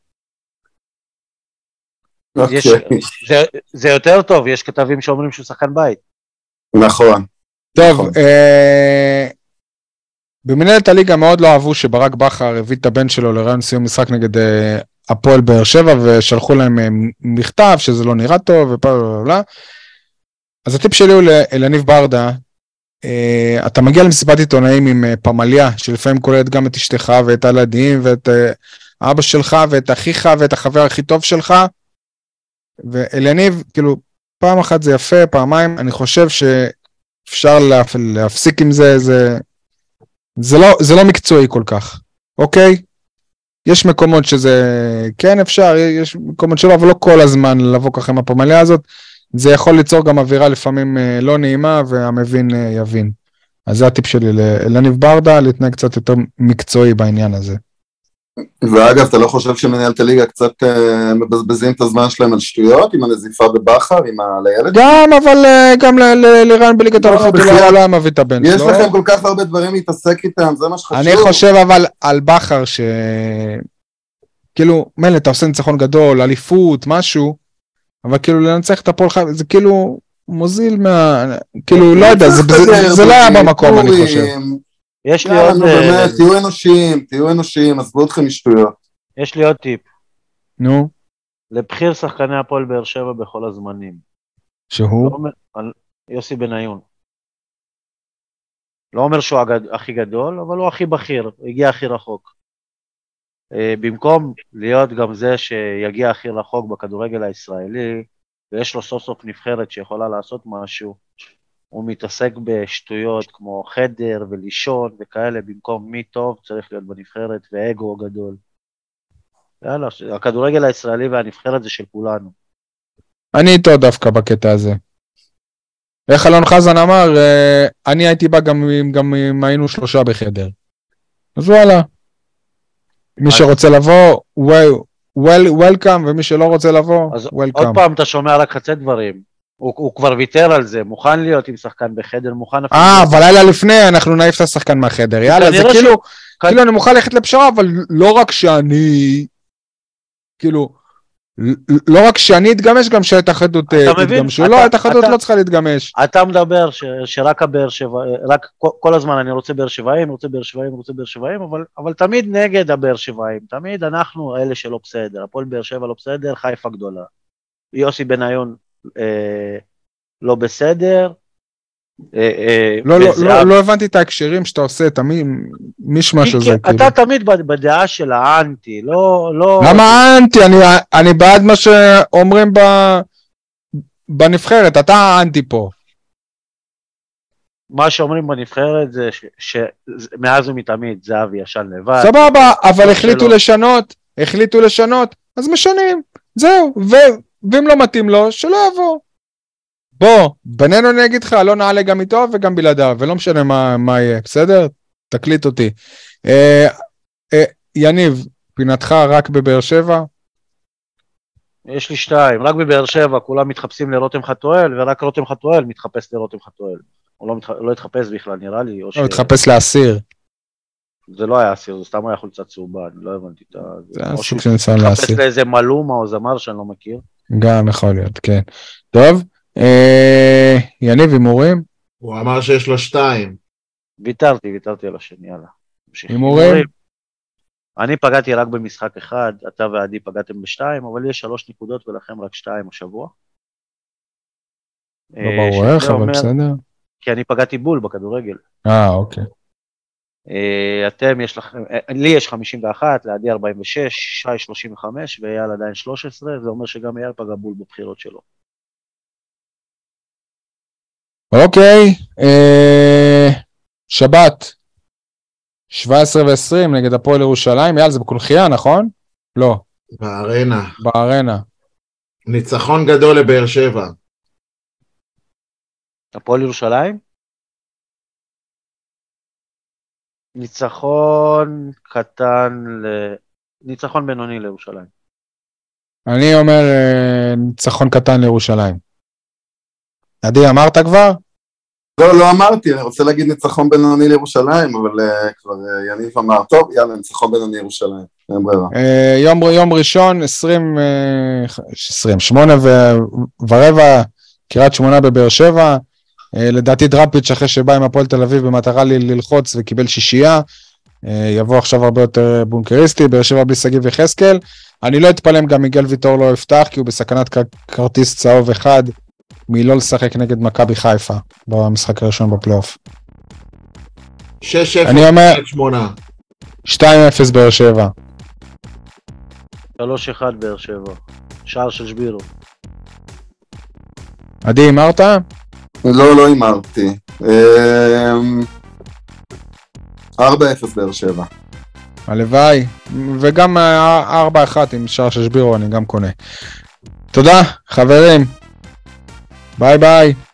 זה יותר טוב, יש כתבים שאומרים שהוא שחקן בית. נכון. טוב, במנהלת הליגה מאוד לא אהבו שברק בכר הביא את הבן שלו לרעיון סיום משחק נגד הפועל באר שבע, ושלחו להם מכתב שזה לא נראה טוב, ופעלה. אז הטיפ שלי הוא לאליניב ברדה, אתה מגיע למסיבת עיתונאים עם פמליה, שלפעמים כוללת גם את אשתך ואת הילדים, ואת אבא שלך, ואת אחיך, ואת החבר הכי טוב שלך, ואליניב, כאילו, פעם אחת זה יפה, פעמיים, אני חושב שאפשר להפסיק עם זה, זה... זה לא, זה לא מקצועי כל כך, אוקיי? יש מקומות שזה כן אפשר, יש מקומות שלא, אבל לא כל הזמן לבוא ככה עם הפמליה הזאת, זה יכול ליצור גם אווירה לפעמים לא נעימה, והמבין יבין. אז זה הטיפ שלי לאליניב ברדה, להתנהג קצת יותר מקצועי בעניין הזה. ואגב, אתה לא חושב שמנהלת הליגה קצת מבזבזים את הזמן שלהם על שטויות, עם הנזיפה בבחר, עם הילד? גם, אבל גם לרעיון בליגת האלופות, הוא לא מביא את הבן שלו. יש לכם כל כך הרבה דברים להתעסק איתם, זה מה שחשוב. אני חושב אבל על בחר ש... כאילו, מלא, אתה עושה ניצחון גדול, אליפות, משהו, אבל כאילו לנצח את הפועל חיפה, זה כאילו מוזיל מה... כאילו, לא יודע, זה לא היה במקום, אני חושב. יש לי עוד... באמת, תהיו אנושיים, תהיו אנושיים, עזבו אתכם משטויות. יש לי עוד טיפ. נו? לבחיר שחקני הפועל באר שבע בכל הזמנים. שהוא? יוסי בניון. לא אומר שהוא הכי גדול, אבל הוא הכי בכיר, הגיע הכי רחוק. במקום להיות גם זה שיגיע הכי רחוק בכדורגל הישראלי, ויש לו סוף סוף נבחרת שיכולה לעשות משהו, הוא מתעסק בשטויות כמו חדר ולישון וכאלה, במקום מי טוב צריך להיות בנבחרת ואגו גדול. יאללה, הכדורגל הישראלי והנבחרת זה של כולנו. אני איתו דווקא בקטע הזה. איך אלון חזן אמר, אני הייתי בא גם, גם אם היינו שלושה בחדר. אז וואלה. מי שרוצה לבוא, וולקאם, ומי שלא רוצה לבוא, וולקאם. עוד פעם אתה שומע רק חצי דברים. הוא, הוא כבר ויתר על זה, מוכן להיות עם שחקן בחדר, מוכן... אה, אבל לילה לפני אנחנו נעיף את השחקן מהחדר, יאללה, זה כאילו, ש... כאילו אני מוכן ללכת לפשרה, אבל לא רק שאני, כאילו, לא רק שאני אתגמש, גם שההתאחדות תתגמשו. לא, ההתאחדות לא צריכה להתגמש. אתה מדבר שרק הבאר שבע, רק כל הזמן אני רוצה באר שבעים, רוצה באר שבעים, רוצה באר שבעים, אבל תמיד נגד הבאר שבעים, תמיד אנחנו אלה שלא בסדר, הפועל באר שבע לא בסדר, חיפה גדולה. יוסי בניון לא בסדר. לא, לא, לא, לא הבנתי את ההקשרים שאתה עושה, תמיד מישהו זה. אתה תמיד בדעה של האנטי, לא, לא... למה האנטי? אני, אני בעד מה שאומרים ב, בנבחרת, אתה האנטי פה. מה שאומרים בנבחרת זה שמאז ומתמיד זהבי ישן לבד. סבבה, אבל החליטו לשנות, החליטו לשנות, אז משנים, זהו, ואם לא מתאים לו, שלא יבוא. בוא, בינינו אני אגיד לך, לא נעלה גם איתו וגם בלעדיו, ולא משנה מה, מה יהיה, בסדר? תקליט אותי. אה, אה, יניב, פינתך רק בבאר שבע? יש לי שתיים, רק בבאר שבע, כולם מתחפשים לרותם חתואל, ורק רותם חתואל מתחפש לרותם חתואל. הוא לא, מתח... לא התחפש בכלל, נראה לי. לא, ש... התחפש לאסיר. זה לא היה אסיר, זה סתם היה חולצה צהובה, אני לא הבנתי את זה. זה היה סוג של ניסיון לאסיר. התחפש לאיזה מלומה או זמר שאני לא מכיר. גם יכול להיות, כן. טוב. אה, יניב, הימורים? הוא אמר שיש לו שתיים. ויתרתי, ויתרתי על השני, יאללה. הימורים? אני פגעתי רק במשחק אחד, אתה ועדי פגעתם בשתיים, אבל יש שלוש נקודות ולכם רק שתיים השבוע. לא ברור איך, אבל בסדר. כי אני פגעתי בול בכדורגל. אה, אוקיי. אתם יש לכם, לי יש חמישים ואחת, לעדי ארבעים ושש, שי שלושים וחמש, ואייל עדיין שלוש עשרה, זה אומר שגם אייל פגע בול בבחירות שלו. אוקיי, שבת, שבע עשרה ועשרים נגד הפועל ירושלים, יאללה, זה בקולחייה, נכון? לא. בארנה. בארנה. ניצחון גדול לבאר שבע. הפועל ירושלים? ניצחון קטן, ל... ניצחון בינוני לירושלים. אני אומר ניצחון קטן לירושלים. עדי, אמרת כבר? לא, לא אמרתי, אני רוצה להגיד ניצחון בינוני לירושלים, אבל uh, כבר uh, יניב אמר, טוב, יאללה, ניצחון בינוני לירושלים, אין ברירה. Uh, יום, יום ראשון, עשרים, עשרים, שמונה ורבע, קריית שמונה בבאר שבע, uh, לדעתי דראפיץ' אחרי שבא עם הפועל תל אביב במטרה ל- ללחוץ וקיבל שישייה, uh, יבוא עכשיו הרבה יותר בונקריסטי, באר שבע בלי סגיב וחסקל, אני לא אתפלם גם מיגל ויטור לא יפתח, כי הוא בסכנת כרטיס צהוב אחד, מלא לשחק נגד מכבי חיפה במשחק הראשון בפלייאוף. שש אפס. אני אומר שמונה. שתיים אפס באר שבע. שלוש אחד באר שבע. שער של שבירו. עדי, אמרת? לא, לא אמרתי. ארבע אפס באר שבע. הלוואי. וגם ארבע אחת עם שער של שבירו אני גם קונה. תודה, חברים. ביי ביי.